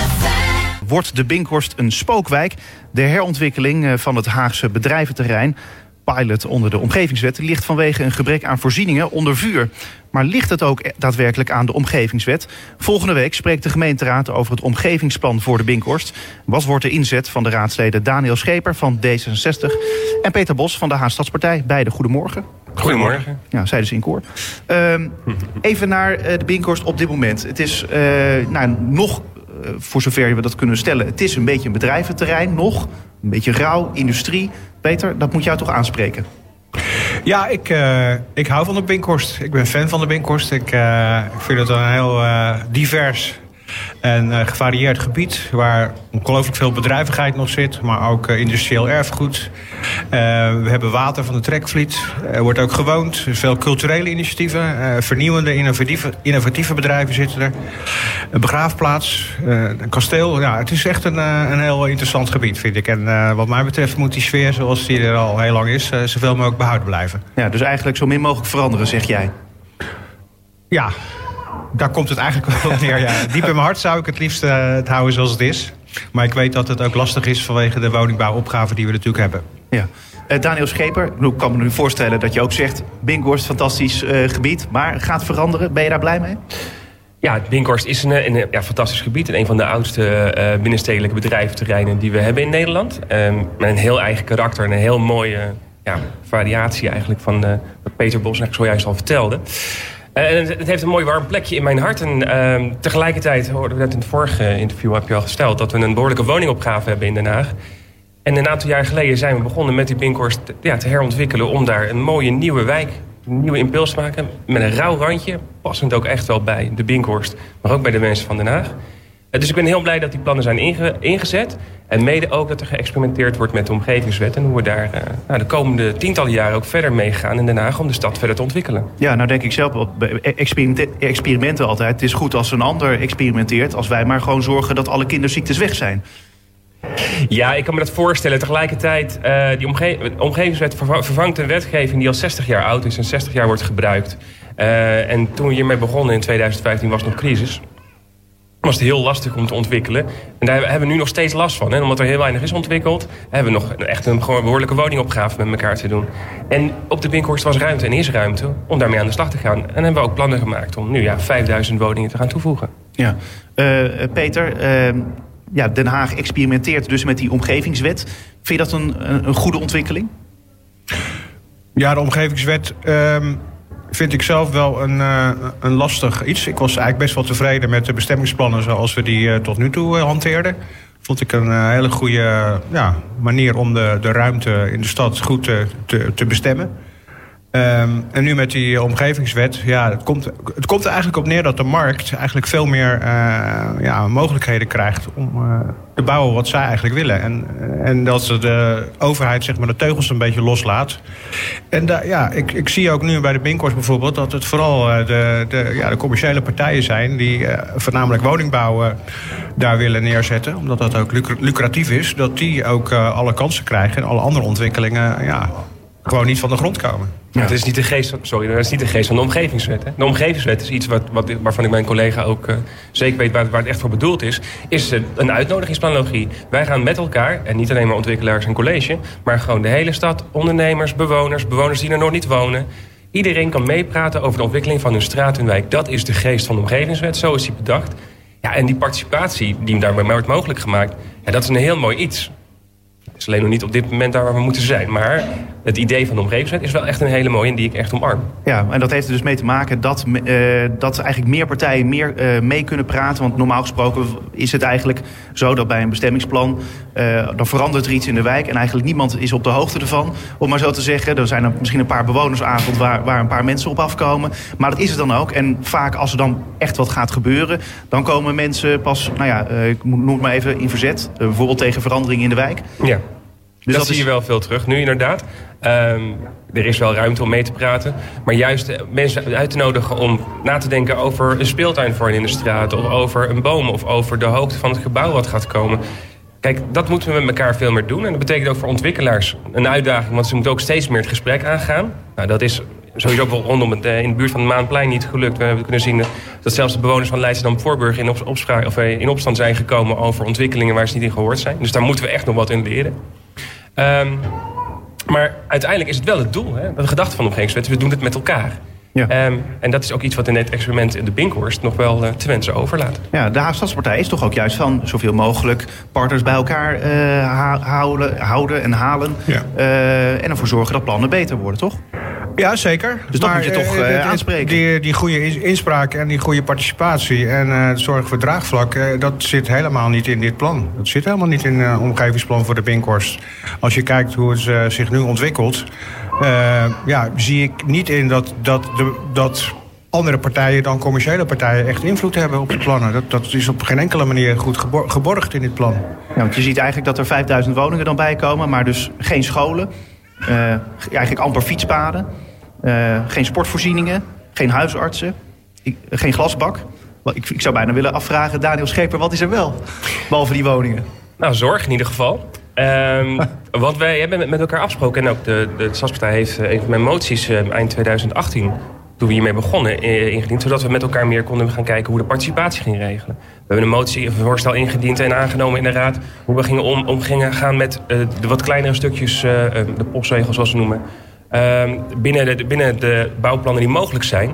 FM.
Wordt de Binkhorst een spookwijk? De herontwikkeling van het Haagse bedrijventerrein, pilot onder de omgevingswet, ligt vanwege een gebrek aan voorzieningen onder vuur. Maar ligt het ook daadwerkelijk aan de omgevingswet? Volgende week spreekt de gemeenteraad over het omgevingsplan voor de Binkhorst. Wat wordt de inzet van de raadsleden Daniel Scheper van D66 en Peter Bos van de Haagstadspartij? Beide goedemorgen.
Goedemorgen.
Ja, zeiden ze in koor. Even naar de Binkhorst op dit moment. Het is nog, voor zover we dat kunnen stellen, het is een beetje een bedrijventerrein nog. Een beetje rauw, industrie. Peter, dat moet jou toch aanspreken?
Ja, ik hou van de Binkhorst. Ik ben fan van de Binkhorst. Ik vind het een heel divers en gevarieerd gebied waar ongelooflijk veel bedrijvigheid nog zit, maar ook industrieel erfgoed. We hebben water van de Trekvliet. Er wordt ook gewoond. Veel culturele initiatieven. Vernieuwende, innovatieve bedrijven zitten er. Een begraafplaats. Een kasteel. Ja, het is echt een heel interessant gebied, vind ik. En wat mij betreft moet die sfeer zoals die er al heel lang is, zoveel mogelijk behouden blijven.
Ja, dus eigenlijk zo min mogelijk veranderen, zeg jij?
Ja, daar komt het eigenlijk wel op neer. Ja. Diep in mijn hart zou ik het liefst het houden zoals het is. Maar ik weet dat het ook lastig is vanwege de woningbouwopgave die we natuurlijk hebben.
Ja. Daniel Scheper, ik kan me nu voorstellen dat je ook zegt, Binkhorst, fantastisch gebied, maar gaat veranderen. Ben je daar blij mee?
Ja, Binkhorst is een fantastisch gebied. En een van de oudste binnenstedelijke bedrijventerreinen die we hebben in Nederland. Met een heel eigen karakter en een heel mooie variatie eigenlijk van wat Peter Bos zojuist al vertelde. Het heeft een mooi warm plekje in mijn hart. En tegelijkertijd, hoorden we net in het vorige interview, heb je al gesteld, dat we een behoorlijke woningopgave hebben in Den Haag. En een aantal jaar geleden zijn we begonnen met die Binkhorst te herontwikkelen om daar een mooie nieuwe wijk, een nieuwe impuls te maken. Met een rauw randje, passend ook echt wel bij de Binkhorst, maar ook bij de mensen van Den Haag. Dus ik ben heel blij dat die plannen zijn ingezet. En mede ook dat er geëxperimenteerd wordt met de omgevingswet. En hoe we daar de komende tientallen jaren ook verder mee gaan in Den Haag om de stad verder te ontwikkelen. Ja, nou denk ik zelf wel, experimenten altijd. Het is goed als een ander experimenteert, als wij maar gewoon zorgen dat alle kinderziektes weg zijn. Ja, ik kan me dat voorstellen. Tegelijkertijd, die omgevingswet vervangt een wetgeving die al 60 jaar oud is en 60 jaar wordt gebruikt. En toen we hiermee begonnen in 2015 was nog crisis. Was het heel lastig om te ontwikkelen. En daar hebben we nu nog steeds last van. Hè? Omdat er heel weinig is ontwikkeld, hebben we nog echt een behoorlijke woningopgave met elkaar te doen. En op de Binkhorst was ruimte en is ruimte om daarmee aan de slag te gaan. En hebben we ook plannen gemaakt om nu 5000 woningen te gaan toevoegen. Ja, Peter, Den Haag experimenteert dus met die omgevingswet. Vind je dat een goede ontwikkeling?
Ja, de omgevingswet vind ik zelf wel een lastig iets. Ik was eigenlijk best wel tevreden met de bestemmingsplannen zoals we die tot nu toe hanteerden. Vond ik een hele goede manier om de ruimte in de stad goed te bestemmen. En nu met die omgevingswet, het komt er eigenlijk op neer dat de markt eigenlijk veel meer mogelijkheden krijgt om te bouwen wat zij eigenlijk willen. En dat de overheid zeg maar de teugels een beetje loslaat. En ik zie ook nu bij de Binkhorst bijvoorbeeld dat het vooral de commerciële partijen zijn die voornamelijk woningbouw daar willen neerzetten. Omdat dat ook lucratief is, dat die ook alle kansen krijgen en alle andere ontwikkelingen gewoon niet van de grond komen.
Ja. Dat is niet de geest van de omgevingswet. Hè? De omgevingswet is iets waarvan ik mijn collega ook zeker weet waar het echt voor bedoeld is een uitnodigingsplanologie. Wij gaan met elkaar, en niet alleen maar ontwikkelaars en college, maar gewoon de hele stad, ondernemers, bewoners die er nog niet wonen. Iedereen kan meepraten over de ontwikkeling van hun straat en wijk. Dat is de geest van de omgevingswet, zo is die bedacht. Ja, en die participatie die daarbij wordt mogelijk gemaakt, dat is een heel mooi iets. Het is alleen nog niet op dit moment daar waar we moeten zijn. Maar het idee van de omgevingswet is wel echt een hele mooie en die ik echt omarm. Ja, en dat heeft er dus mee te maken dat eigenlijk meer partijen meer mee kunnen praten. Want normaal gesproken is het eigenlijk zo dat bij een bestemmingsplan dan verandert er iets in de wijk en eigenlijk niemand is op de hoogte ervan. Om maar zo te zeggen, er zijn er misschien een paar bewonersavond waar een paar mensen op afkomen. Maar dat is het dan ook. En vaak als er dan echt wat gaat gebeuren, dan komen mensen pas, ik noem het maar even, in verzet. Bijvoorbeeld tegen veranderingen in de wijk. Ja. Dus dat zie je wel veel terug nu inderdaad. Er is wel ruimte om mee te praten. Maar juist mensen uit te nodigen om na te denken over een speeltuin voor in de straat. Of over een boom. Of over de hoogte van het gebouw wat gaat komen. Kijk, dat moeten we met elkaar veel meer doen. En dat betekent ook voor ontwikkelaars een uitdaging. Want ze moeten ook steeds meer het gesprek aangaan. Nou, dat is sowieso ook wel rondom in de buurt van het Maanplein niet gelukt. We hebben kunnen zien dat zelfs de bewoners van Leidschendam-Voorburg in opstand zijn gekomen over ontwikkelingen waar ze niet in gehoord zijn. Dus daar moeten we echt nog wat in leren. Maar uiteindelijk is het wel het doel. Hè? De gedachte van de omgevingswet. We doen het met elkaar. Ja. En dat is ook iets wat in dit experiment in de Binkhorst nog wel te wensen overlaat. Ja, de Haagse Stadspartij is toch ook juist van zoveel mogelijk partners bij elkaar houden en halen. Ja. En ervoor zorgen dat plannen beter worden, toch?
Ja, zeker.
Dus dat moet je toch aanspreken.
Die goede inspraak en die goede participatie en het zorgen voor draagvlak, dat zit helemaal niet in dit plan. Dat zit helemaal niet in het omgevingsplan voor de Binkhorst. Als je kijkt hoe het zich nu ontwikkelt, zie ik niet in dat andere partijen dan commerciële partijen echt invloed hebben op de plannen. Dat is op geen enkele manier goed geborgd in dit plan.
Ja, want je ziet eigenlijk dat er 5000 woningen dan bij komen, maar dus geen scholen. Eigenlijk amper fietspaden. Geen sportvoorzieningen. Geen huisartsen. Geen glasbak. Ik zou bijna willen afvragen, Daniel Scheper, wat is er wel? Behalve die woningen. Nou, zorg in ieder geval. Want wij hebben met elkaar afgesproken. En ook de Stadspartij heeft een van mijn moties eind 2018... toen we hiermee begonnen, ingediend. Zodat we met elkaar meer konden gaan kijken hoe de participatie ging regelen. We hebben een voorstel ingediend en aangenomen in de Raad. Hoe we gingen gaan met de wat kleinere stukjes, de postzegels zoals ze noemen. Binnen de bouwplannen die mogelijk zijn.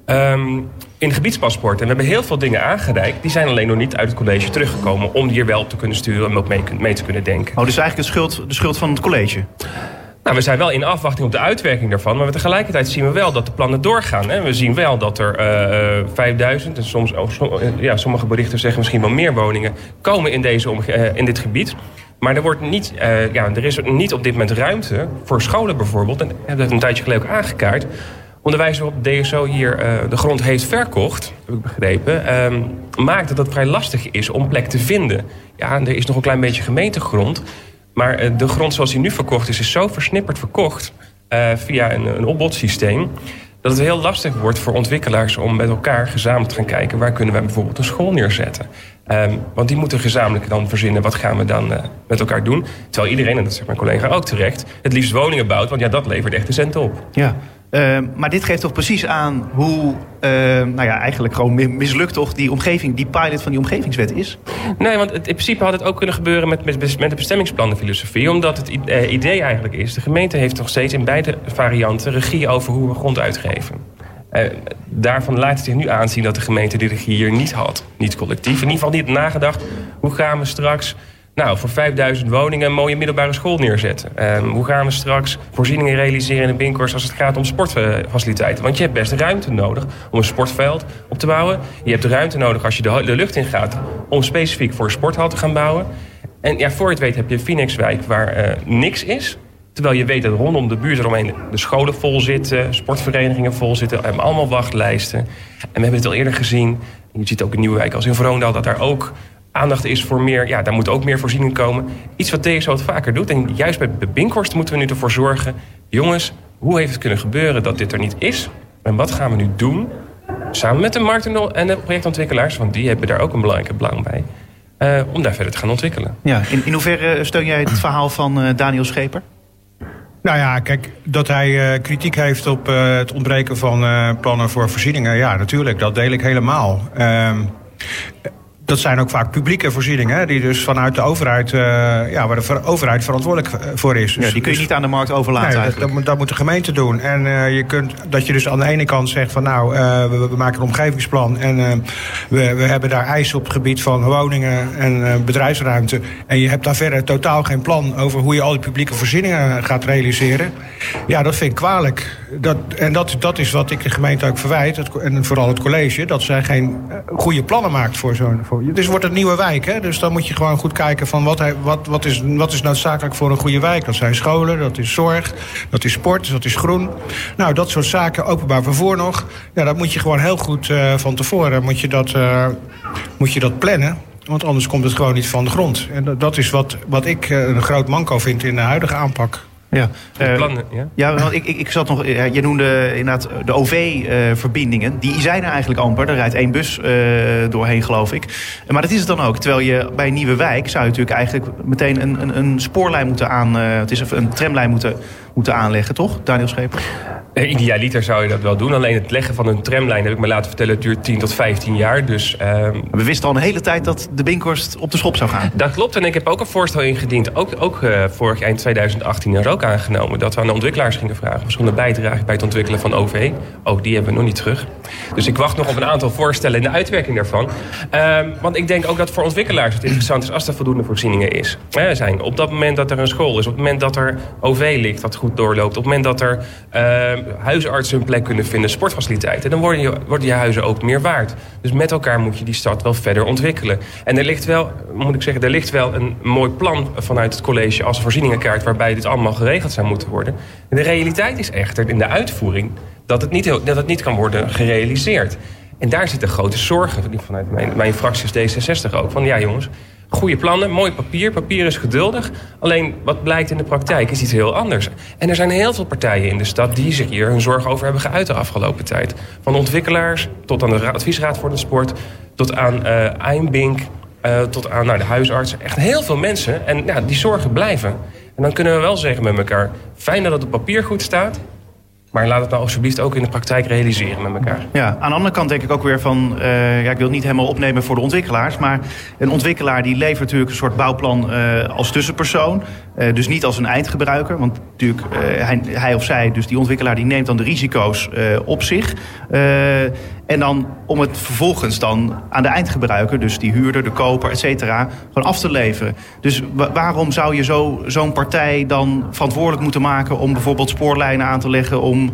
In gebiedspaspoort. En we hebben heel veel dingen aangereikt. Die zijn alleen nog niet uit het college teruggekomen. Om die hier wel op te kunnen sturen en ook mee te kunnen denken. Oh, dus eigenlijk de schuld van het college?
Nou, we zijn wel in afwachting op de uitwerking daarvan. Maar tegelijkertijd zien we wel dat de plannen doorgaan. Hè. We zien wel dat er 5000 en soms sommige berichten zeggen misschien wel meer woningen komen in dit gebied. Maar er is niet op dit moment ruimte voor scholen bijvoorbeeld. En we hebben dat een tijdje geleden ook aangekaart. Om de wijze waarop DSO hier de grond heeft verkocht, heb ik begrepen, maakt dat het vrij lastig is om plek te vinden. Ja, er is nog een klein beetje gemeentegrond. Maar de grond zoals die nu verkocht is zo versnipperd verkocht via een opbodsysteem, dat het heel lastig wordt voor ontwikkelaars om met elkaar gezamenlijk te gaan kijken waar kunnen wij bijvoorbeeld een school neerzetten. Want die moeten gezamenlijk dan verzinnen wat gaan we dan met elkaar doen. Terwijl iedereen, en dat zegt mijn collega ook terecht, het liefst woningen bouwt, want ja, dat levert echt de cent op.
Ja. Maar dit geeft toch precies aan hoe eigenlijk gewoon mislukt toch die omgeving, die pilot van die omgevingswet is?
Nee, want in principe had het ook kunnen gebeuren met de bestemmingsplanfilosofie. Omdat het idee eigenlijk is, de gemeente heeft nog steeds in beide varianten regie over hoe we grond uitgeven. Daarvan laat het zich nu aanzien dat de gemeente die regie hier niet had. Niet collectief, in ieder geval niet nagedacht. Hoe gaan we straks voor 5000 woningen een mooie middelbare school neerzetten? Hoe gaan we straks voorzieningen realiseren in de Binkhorst als het gaat om sportfaciliteiten? Want je hebt best ruimte nodig om een sportveld op te bouwen. Je hebt ruimte nodig als je de lucht in gaat om specifiek voor een sporthal te gaan bouwen. En ja, voor je het weet heb je een Phoenixwijk waar niks is. Terwijl je weet dat rondom de buurt eromheen de scholen vol zitten, sportverenigingen vol zitten, we hebben allemaal wachtlijsten. En we hebben het al eerder gezien, en je ziet ook in Nieuwewijk als in Vroondaal, dat daar ook aandacht is voor meer, ja, daar moet ook meer voorziening komen. Iets wat DSO wat vaker doet. En juist bij de Binkhorst moeten we nu ervoor zorgen, jongens, hoe heeft het kunnen gebeuren dat dit er niet is? En wat gaan we nu doen? Samen met de markt en de projectontwikkelaars, want die hebben daar ook een belangrijke belang bij. Om daar verder te gaan ontwikkelen.
Ja, in hoeverre steun jij het verhaal van Daniel Scheper?
Nou ja, kijk, dat hij kritiek heeft op het ontbreken van plannen voor voorzieningen. Ja, natuurlijk, dat deel ik helemaal. Dat zijn ook vaak publieke voorzieningen, hè, die dus vanuit de overheid, waar de overheid verantwoordelijk voor is. Dus,
ja, die kun je niet aan de markt overlaten eigenlijk.
Dat moet de gemeente doen. En dat je dus aan de ene kant zegt van nou, we maken een omgevingsplan en we hebben daar eisen op het gebied van woningen en bedrijfsruimte. En je hebt daar verder totaal geen plan over hoe je al die publieke voorzieningen gaat realiseren. Ja, dat vind ik kwalijk. Dat is wat ik de gemeente ook verwijt, en vooral het college, dat zij geen goede plannen maakt voor zo'n. Dus wordt het nieuwe wijk, hè? Dus dan moet je gewoon goed kijken van wat is noodzakelijk voor een goede wijk. Dat zijn scholen, dat is zorg, dat is sport, dat is groen. Nou, dat soort zaken, openbaar vervoer nog. Ja, dat moet je gewoon heel goed van tevoren moet je dat plannen. Want anders komt het gewoon niet van de grond. En dat is wat ik een groot manco vind in de huidige aanpak.
Ja,
plannen, ja?
Ja, want ik zat nog. Je noemde inderdaad de OV-verbindingen. Die zijn er eigenlijk amper. Er rijdt 1 bus doorheen, geloof ik. Maar dat is het dan ook. Terwijl je bij een nieuwe wijk zou je natuurlijk eigenlijk meteen een spoorlijn moeten een tramlijn moeten aanleggen, toch, Daniel Scheper?
Idealiter zou je dat wel doen. Alleen het leggen van een tramlijn, heb ik me laten vertellen, het duurt 10 tot 15 jaar. Dus,
we wisten al een hele tijd dat de Binkhorst op de schop zou gaan.
Dat klopt. En ik heb ook een voorstel ingediend. Ook vorig eind 2018 is ook aangenomen. Dat we aan de ontwikkelaars gingen vragen of ze konden bijdragen bij het ontwikkelen van OV. Ook die hebben we nog niet terug. Dus ik wacht nog op een aantal voorstellen in de uitwerking daarvan. Want ik denk ook dat voor ontwikkelaars het interessant is als er voldoende voorzieningen is. Zijn. Op dat moment dat er een school is, op het moment dat er OV ligt dat goed doorloopt, op het moment dat er huisartsen een plek kunnen vinden, sportfaciliteiten, dan worden die huizen ook meer waard. Dus met elkaar moet je die stad wel verder ontwikkelen. En er ligt wel een mooi plan vanuit het college als voorzieningenkaart waarbij dit allemaal geregeld zou moeten worden. En de realiteit is echter in de uitvoering dat het niet kan worden gerealiseerd. En daar zitten grote zorgen vanuit mijn fractie als D66 ook. Van ja jongens, goede plannen, mooi papier. Papier is geduldig. Alleen wat blijkt in de praktijk is iets heel anders. En er zijn heel veel partijen in de stad die zich hier hun zorgen over hebben geuit de afgelopen tijd. Van ontwikkelaars tot aan de adviesraad voor de sport, tot aan Eimbank, tot aan de huisartsen. Echt heel veel mensen. En ja, die zorgen blijven. En dan kunnen we wel zeggen met elkaar, fijn dat het op papier goed staat, maar laat het nou alsjeblieft ook in de praktijk realiseren met elkaar.
Ja, aan de andere kant denk ik ook weer van, ik wil het niet helemaal opnemen voor de ontwikkelaars, maar een ontwikkelaar die levert natuurlijk een soort bouwplan als tussenpersoon. Dus niet als een eindgebruiker, want natuurlijk hij of zij, dus die ontwikkelaar, die neemt dan de risico's op zich. En dan om het vervolgens dan aan de eindgebruiker, dus die huurder, de koper, et cetera, gewoon af te leveren. Dus waarom zou je zo'n partij dan verantwoordelijk moeten maken om bijvoorbeeld spoorlijnen aan te leggen, om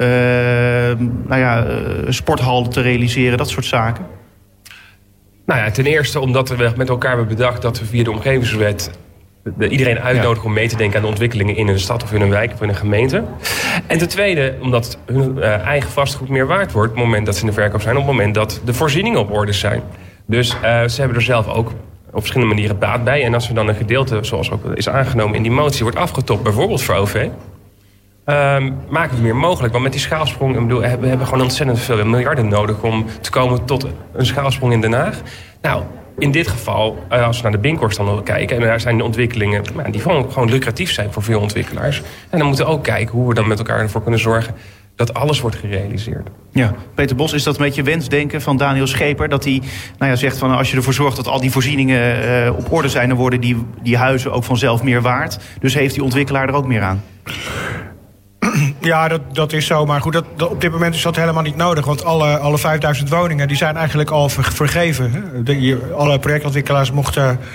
sporthal te realiseren, dat soort zaken?
Nou ja, ten eerste omdat we met elkaar hebben bedacht dat we via de omgevingswet iedereen uitnodigen om mee te denken aan de ontwikkelingen in een stad of in een wijk of in een gemeente. En ten tweede, omdat hun eigen vastgoed meer waard wordt op het moment dat ze in de verkoop zijn, op het moment dat de voorzieningen op orde zijn. Dus ze hebben er zelf ook op verschillende manieren baat bij. En als we dan een gedeelte, zoals ook is aangenomen in die motie, wordt afgetopt, bijvoorbeeld voor OV, maken we het meer mogelijk. Want met die schaalsprong, we hebben gewoon ontzettend veel miljarden nodig om te komen tot een schaalsprong in Den Haag. Nou, in dit geval, als we naar de Binkhorst dan kijken, en daar zijn de ontwikkelingen die gewoon lucratief zijn voor veel ontwikkelaars. En dan moeten we ook kijken hoe we dan met elkaar ervoor kunnen zorgen dat alles wordt gerealiseerd.
Ja, Peter Bos, is dat een beetje wensdenken van Daniel Scheper, dat hij zegt van als je ervoor zorgt dat al die voorzieningen op orde zijn, dan worden die huizen ook vanzelf meer waard. Dus heeft die ontwikkelaar er ook meer aan?
Ja, dat is zo. Maar goed, op dit moment is dat helemaal niet nodig. Want alle 5000 woningen die zijn eigenlijk al vergeven. Alle projectontwikkelaars mochten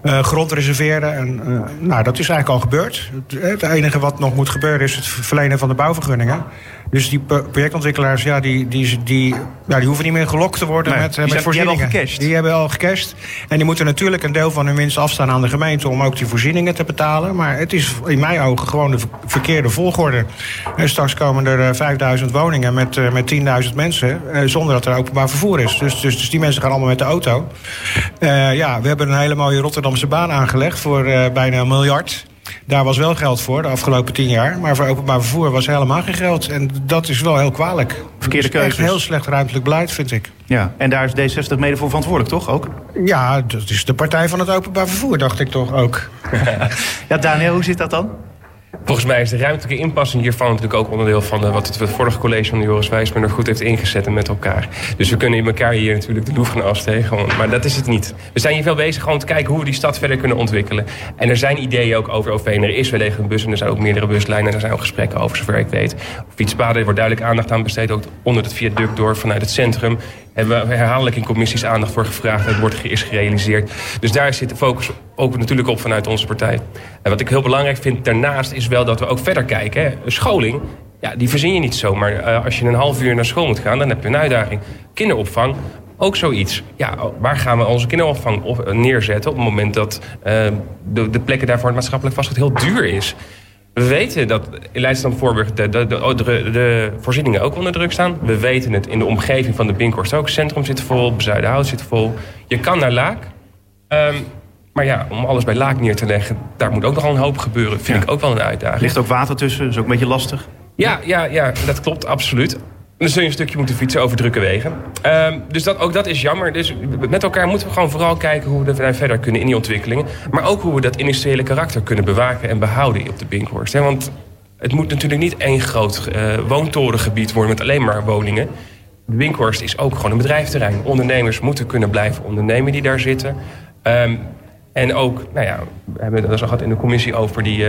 grond reserveren. En, dat is eigenlijk al gebeurd. Het enige wat nog moet gebeuren is het verlenen van de bouwvergunningen. Dus die projectontwikkelaars, die hoeven niet meer gelokt te worden met voorzieningen. Die hebben al gecashed. En die moeten natuurlijk een deel van hun winst afstaan aan de gemeente om ook die voorzieningen te betalen. Maar het is in mijn ogen gewoon de verkeerde volgorde. Straks komen er 5000 woningen met 10.000 mensen zonder dat er openbaar vervoer is. Dus die mensen gaan allemaal met de auto. We hebben een hele mooie Rotterdamse baan aangelegd voor bijna $1 miljard. Daar was wel geld voor de afgelopen 10 jaar. Maar voor openbaar vervoer was helemaal geen geld. En dat is wel heel kwalijk.
Verkeerde keuzes.
Echt heel slecht ruimtelijk beleid, vind ik.
Ja, en daar is D66 mede voor verantwoordelijk, toch ook?
Ja, dat is de partij van het openbaar vervoer, dacht ik toch ook.
Ja, Daniel, hoe zit dat dan?
Volgens mij is de ruimtelijke inpassing hiervan natuurlijk ook onderdeel van wat het vorige college van Joris Wijsman er goed heeft ingezet met elkaar. Dus we kunnen in elkaar hier natuurlijk de loef gaan afstegen. Maar dat is het niet. We zijn hier veel bezig gewoon te kijken hoe we die stad verder kunnen ontwikkelen. En er zijn ideeën ook over OV. En er is wel een bus en er zijn ook meerdere buslijnen. En er zijn ook gesprekken over, zover ik weet. Fietspaden, er wordt duidelijk aandacht aan besteed. Ook onder het viaduct door vanuit het centrum. Hebben we herhaaldelijk in commissies aandacht voor gevraagd. Het is gerealiseerd. Dus daar zit de focus ook natuurlijk op vanuit onze partij. En wat ik heel belangrijk vind daarnaast is wel dat we ook verder kijken. Hè. Scholing, die verzin je niet zomaar. Als je een half uur naar school moet gaan, dan heb je een uitdaging. Kinderopvang, ook zoiets. Ja, waar gaan we onze kinderopvang neerzetten op het moment dat de plekken daarvoor het maatschappelijk vastgoed heel duur is? We weten dat in Leidschendam-Voorburg de voorzieningen ook onder druk staan. We weten het in de omgeving van de Binkhorst ook. Het centrum zit vol, Bezuidenhout zit vol. Je kan naar Laak. Maar om alles bij Laak neer te leggen, daar moet ook nogal een hoop gebeuren. Vind ik ook wel een uitdaging.
Er ligt ook water tussen, dat is ook een beetje lastig.
Ja, dat klopt, absoluut. Dan zul je een stukje moeten fietsen over drukke wegen. Dus dat is jammer. Dus met elkaar moeten we gewoon vooral kijken hoe we er verder kunnen in die ontwikkelingen. Maar ook hoe we dat industriële karakter kunnen bewaken en behouden op de Binkhorst. Want het moet natuurlijk niet één groot woontorengebied worden met alleen maar woningen. De Binkhorst is ook gewoon een bedrijfterrein. Ondernemers moeten kunnen blijven ondernemen die daar zitten. En ook, we hebben het al gehad in de commissie over die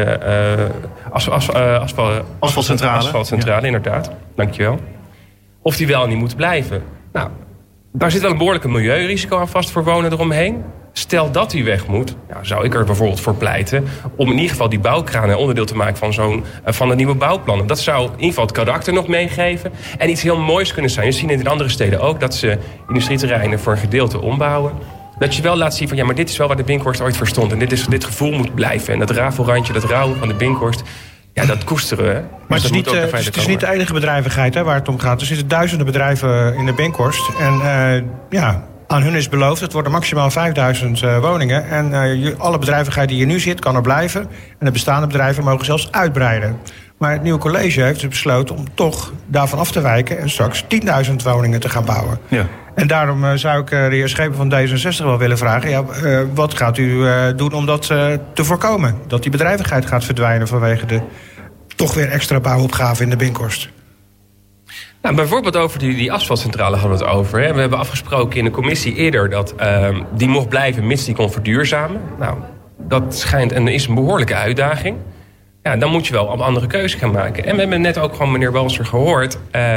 asfaltcentrale, inderdaad. Dankjewel. Of die wel en niet moet blijven. Nou, daar zit wel een behoorlijke milieurisico aan vast voor wonen eromheen. Stel dat die weg moet, zou ik er bijvoorbeeld voor pleiten om in ieder geval die bouwkranen onderdeel te maken van de nieuwe bouwplannen. Dat zou in ieder geval het karakter nog meegeven. En iets heel moois kunnen zijn. Je ziet het in andere steden ook, dat ze industrieterreinen voor een gedeelte ombouwen. Dat je wel laat zien van, maar dit is wel waar de Binkhorst ooit voor stond. En dit gevoel moet blijven. En dat rafelrandje, dat rauwe van de Binkhorst, dat koesteren we.
Maar het is niet de enige bedrijvigheid waar het om gaat. Er zitten duizenden bedrijven in de Binkhorst. En aan hun is beloofd, het worden maximaal 5000 woningen. En alle bedrijvigheid die hier nu zit, kan er blijven. En de bestaande bedrijven mogen zelfs uitbreiden. Maar het nieuwe college heeft besloten om toch daarvan af te wijken en straks 10.000 woningen te gaan bouwen. Ja. En daarom zou ik de heer Schepen van D66 wel willen vragen, wat gaat u doen om dat te voorkomen? Dat die bedrijvigheid gaat verdwijnen vanwege de toch weer extra bouwopgave in de Binkhorst.
Nou, bijvoorbeeld over die asfaltcentrale hadden we het over. Hè. We hebben afgesproken in de commissie eerder dat die mocht blijven mits die kon verduurzamen. Nou, dat schijnt en is een behoorlijke uitdaging. Ja, dan moet je wel een andere keuze gaan maken. En we hebben net ook gewoon meneer Walser gehoord.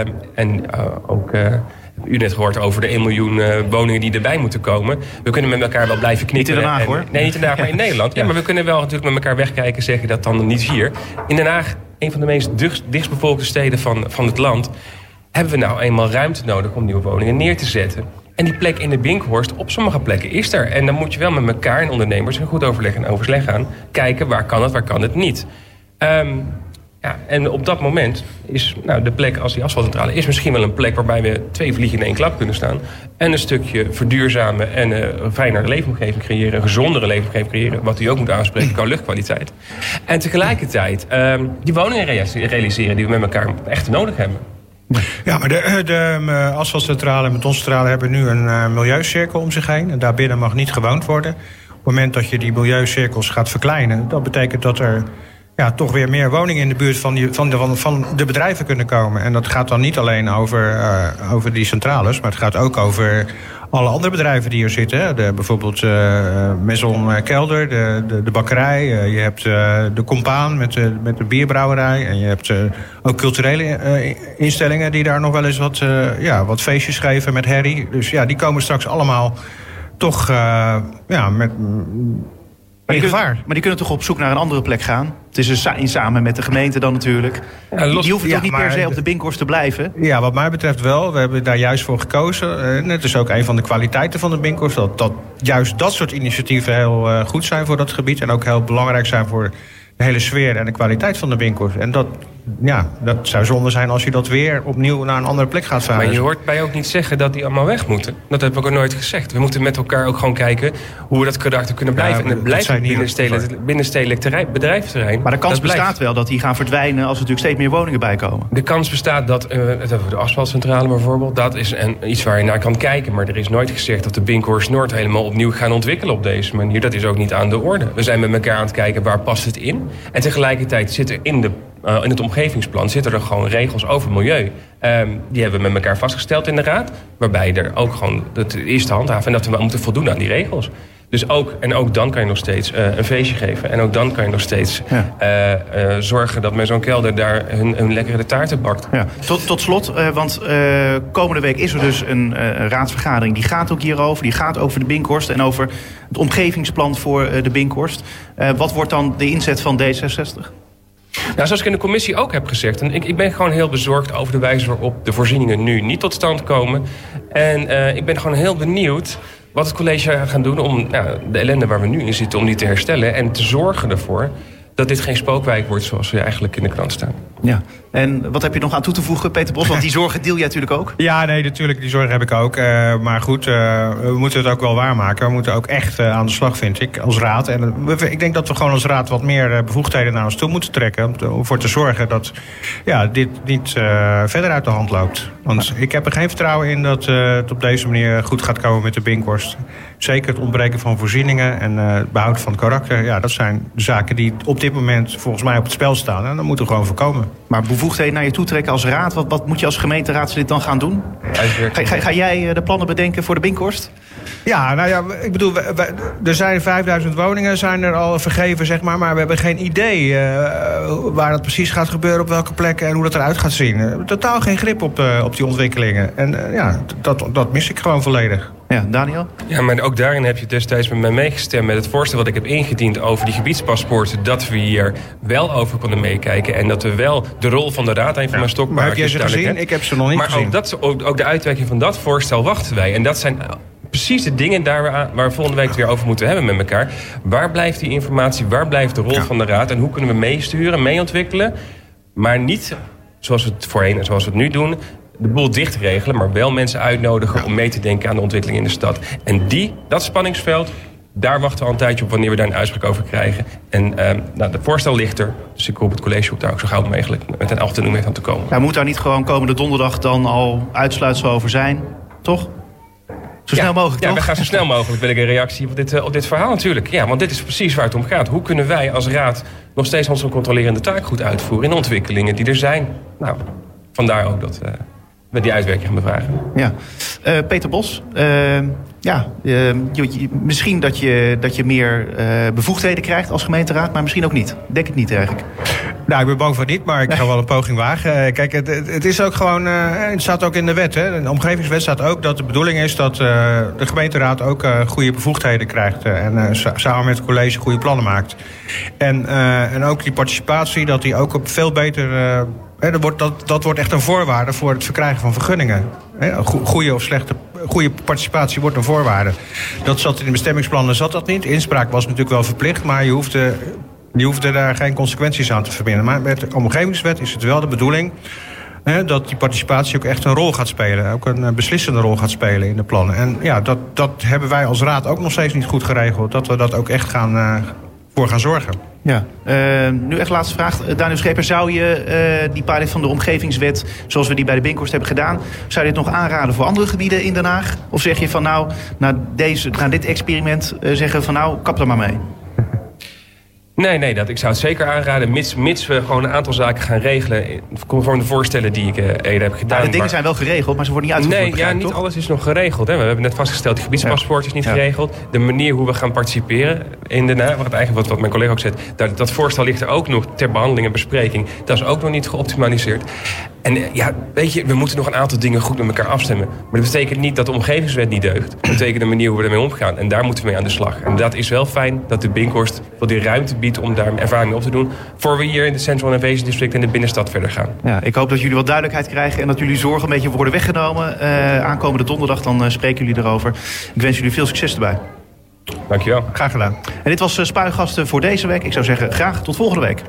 U net gehoord over de 1 miljoen woningen die erbij moeten komen. We kunnen met elkaar wel blijven knippen.
Niet in Den Haag, hoor.
Nee, niet in Den Haag, maar in Nederland. Ja, maar we kunnen wel natuurlijk met elkaar wegkijken en zeggen dat dan niet hier. In Den Haag, een van de meest dichtstbevolkte steden van het land, hebben we nou eenmaal ruimte nodig om nieuwe woningen neer te zetten. En die plek in de Binkhorst, op sommige plekken is er. En dan moet je wel met elkaar en ondernemers een goed overleg en overleg gaan. Kijken, waar kan het, waar kan het niet. En op dat moment is de plek als die asfaltcentrale is misschien wel een plek waarbij we 2 vliegen in 1 klap kunnen staan. En een stukje verduurzamen en een fijnere leefomgeving creëren, een gezondere leefomgeving creëren, wat u ook moet aanspreken qua luchtkwaliteit. En tegelijkertijd die woningen realiseren die we met elkaar echt nodig hebben.
Ja, maar de asfaltcentrale en betoncentrale hebben nu een milieucirkel om zich heen. En daarbinnen mag niet gewoond worden. Op het moment dat je die milieucirkels gaat verkleinen, dat betekent dat er toch weer meer woningen in de buurt van de bedrijven kunnen komen. En dat gaat dan niet alleen over die centrales, maar het gaat ook over alle andere bedrijven die hier zitten. Bijvoorbeeld Maison Kelder, de bakkerij. Je hebt de Compaan met de bierbrouwerij. En je hebt ook culturele instellingen die daar nog wel eens wat feestjes geven met herrie. Dus die komen straks allemaal toch in gevaar.
Maar die kunnen toch op zoek naar een andere plek gaan? Het is samen met de gemeente dan natuurlijk. Die hoeven toch niet per se op de Binkhorst te blijven?
Ja, wat mij betreft wel. We hebben daar juist voor gekozen. Het is ook een van de kwaliteiten van de Binkhorst. Dat juist dat soort initiatieven heel goed zijn voor dat gebied. En ook heel belangrijk zijn voor de hele sfeer en de kwaliteit van de Binkhorst. En dat zou zonde zijn als je dat weer opnieuw naar een andere plek gaat verhuizen.
Maar je hoort mij ook niet zeggen dat die allemaal weg moeten. Dat heb ik ook nooit gezegd. We moeten met elkaar ook gewoon kijken hoe we dat karakter kunnen blijven. En het blijft een binnenstedelijk bedrijventerrein.
Maar de kans bestaat wel dat die gaan verdwijnen als er natuurlijk steeds meer woningen bijkomen.
De kans bestaat dat, de asfaltcentrale bijvoorbeeld, dat is iets waar je naar kan kijken. Maar er is nooit gezegd dat de Binkhorst Noord helemaal opnieuw gaan ontwikkelen op deze manier. Dat is ook niet aan de orde. We zijn met elkaar aan het kijken waar past het in. En tegelijkertijd zit er in het omgevingsplan zitten er gewoon regels over milieu. Die hebben we met elkaar vastgesteld in de raad. Waarbij er ook gewoon het is te handhaven en dat we moeten voldoen aan die regels. Dus ook dan kan je nog steeds een feestje geven. En ook dan kan je nog steeds zorgen dat met zo'n kelder daar hun lekkere taarten bakt.
Ja. Tot slot, want komende week is er dus een raadsvergadering. Die gaat ook hierover. Die gaat over de Binkhorst en over het omgevingsplan voor de Binkhorst. Wat wordt dan de inzet van D66?
Nou, zoals ik in de commissie ook heb gezegd. En ik ben gewoon heel bezorgd over de wijze waarop de voorzieningen nu niet tot stand komen. En ik ben gewoon heel benieuwd wat het college gaat gaan doen om de ellende waar we nu in zitten, om die te herstellen. En te zorgen ervoor dat dit geen spookwijk wordt zoals we eigenlijk in de krant staan.
Ja. En wat heb je nog aan toe te voegen, Peter Bos? Want die zorgen deel jij natuurlijk ook.
Ja, nee, natuurlijk, die zorgen heb ik ook. Maar goed, we moeten het ook wel waarmaken. We moeten ook echt aan de slag, vind ik, als raad. En ik denk dat we gewoon als raad wat meer bevoegdheden naar ons toe moeten trekken. Om ervoor te zorgen dat dit niet verder uit de hand loopt. Want ik heb er geen vertrouwen in dat het op deze manier goed gaat komen met de Binkhorst. Zeker het ontbreken van voorzieningen en het behoud van het karakter. Ja, dat zijn zaken die op dit moment volgens mij op het spel staan. En dat moeten we gewoon voorkomen.
Maar bevoegdheden naar je toe trekken als raad, wat moet je als gemeenteraadslid dan gaan doen? Ga jij de plannen bedenken voor de Binkhorst?
Ja, nou ja, ik bedoel, er zijn 5000 woningen zijn er al vergeven, zeg maar we hebben geen idee waar dat precies gaat gebeuren, op welke plekken en hoe dat eruit gaat zien. Totaal geen grip op die ontwikkelingen. En dat mis ik gewoon volledig.
Ja, Daniel?
Ja, maar ook daarin heb je destijds met mij meegestemd met het voorstel wat ik heb ingediend over die gebiedspaspoorten, dat we hier wel over konden meekijken en dat we wel de rol van de raad, een van mijn stokpaardjes.
Maar heb jij ze gezien? Ik heb ze nog niet gezien.
Maar ook de uitwerking van dat voorstel wachten wij. En dat zijn precies de dingen waar we volgende week het weer over moeten hebben met elkaar. Waar blijft die informatie? Waar blijft de rol van de raad? En hoe kunnen we meesturen, meeontwikkelen? Maar niet zoals we het voorheen en zoals we het nu doen, de boel dicht regelen, maar wel mensen uitnodigen om mee te denken aan de ontwikkeling in de stad. En dat spanningsveld, daar wachten we al een tijdje op wanneer we daar een uitspraak over krijgen. En het voorstel ligt er, dus ik roep het college op daar ook zo gauw mogelijk met een alternatief aan te komen.
Ja, moet daar niet gewoon komende donderdag dan al uitsluitsel over zijn, toch? Zo snel mogelijk, toch?
Ja, we gaan zo snel mogelijk, wil ik een reactie op dit verhaal natuurlijk. Ja, want dit is precies waar het om gaat. Hoe kunnen wij als raad nog steeds onze controlerende taak goed uitvoeren in de ontwikkelingen die er zijn? Nou, vandaar ook dat we die uitwerking gaan bevragen.
Ja. Peter Bos, misschien dat je meer bevoegdheden krijgt als gemeenteraad, maar misschien ook niet. Ik denk het niet eigenlijk.
Nou, ik ben bang voor niet, maar ik ga wel een poging wagen. Kijk, het is ook gewoon, het staat ook in de wet. Hè. In de omgevingswet staat ook dat de bedoeling is dat de gemeenteraad ook goede bevoegdheden krijgt. En samen met het college goede plannen maakt. En ook die participatie, dat die ook op veel beter dat wordt echt een voorwaarde voor het verkrijgen van vergunningen. Goede of slechte goede participatie wordt een voorwaarde. Dat zat in de bestemmingsplannen, zat dat niet. Inspraak was natuurlijk wel verplicht, maar je hoefde daar geen consequenties aan te verbinden. Maar met de omgevingswet is het wel de bedoeling dat die participatie ook echt een rol gaat spelen. Ook een beslissende rol gaat spelen in de plannen. En ja, dat hebben wij als raad ook nog steeds niet goed geregeld. Dat we dat ook echt voor gaan zorgen.
Ja, nu echt laatste vraag. Daniel Scheper, zou je die pilot van de omgevingswet, zoals we die bij de Binkhorst hebben gedaan, zou je dit nog aanraden voor andere gebieden in Den Haag? Of zeg je van na dit experiment zeggen van kap er maar mee?
Nee, ik zou het zeker aanraden, mits we gewoon een aantal zaken gaan regelen, conform de voorstellen die ik eerder heb gedaan.
De dingen zijn wel geregeld, maar ze worden niet uitgevoerd.
Nee, niet alles is nog geregeld. Hè. We hebben net vastgesteld, het gebiedspaspoort is niet geregeld. De manier hoe we gaan participeren in Den Haag, wat mijn collega ook zegt, dat voorstel ligt er ook nog ter behandeling en bespreking. Dat is ook nog niet geoptimaliseerd. En weet je, we moeten nog een aantal dingen goed met elkaar afstemmen. Maar dat betekent niet dat de omgevingswet niet deugt. Dat betekent een manier hoe we ermee omgaan. En daar moeten we mee aan de slag. En dat is wel fijn dat de Binkhorst wel die ruimte biedt om daar ervaring mee op te doen. Voor we hier in de Central Innovation District en de binnenstad verder gaan. Ja,
ik hoop dat jullie wat duidelijkheid krijgen en dat jullie zorgen een beetje worden weggenomen. Aankomende donderdag dan spreken jullie erover. Ik wens jullie veel succes erbij.
Dankjewel.
Graag gedaan. En dit was Spuigasten voor deze week. Ik zou zeggen graag tot volgende week.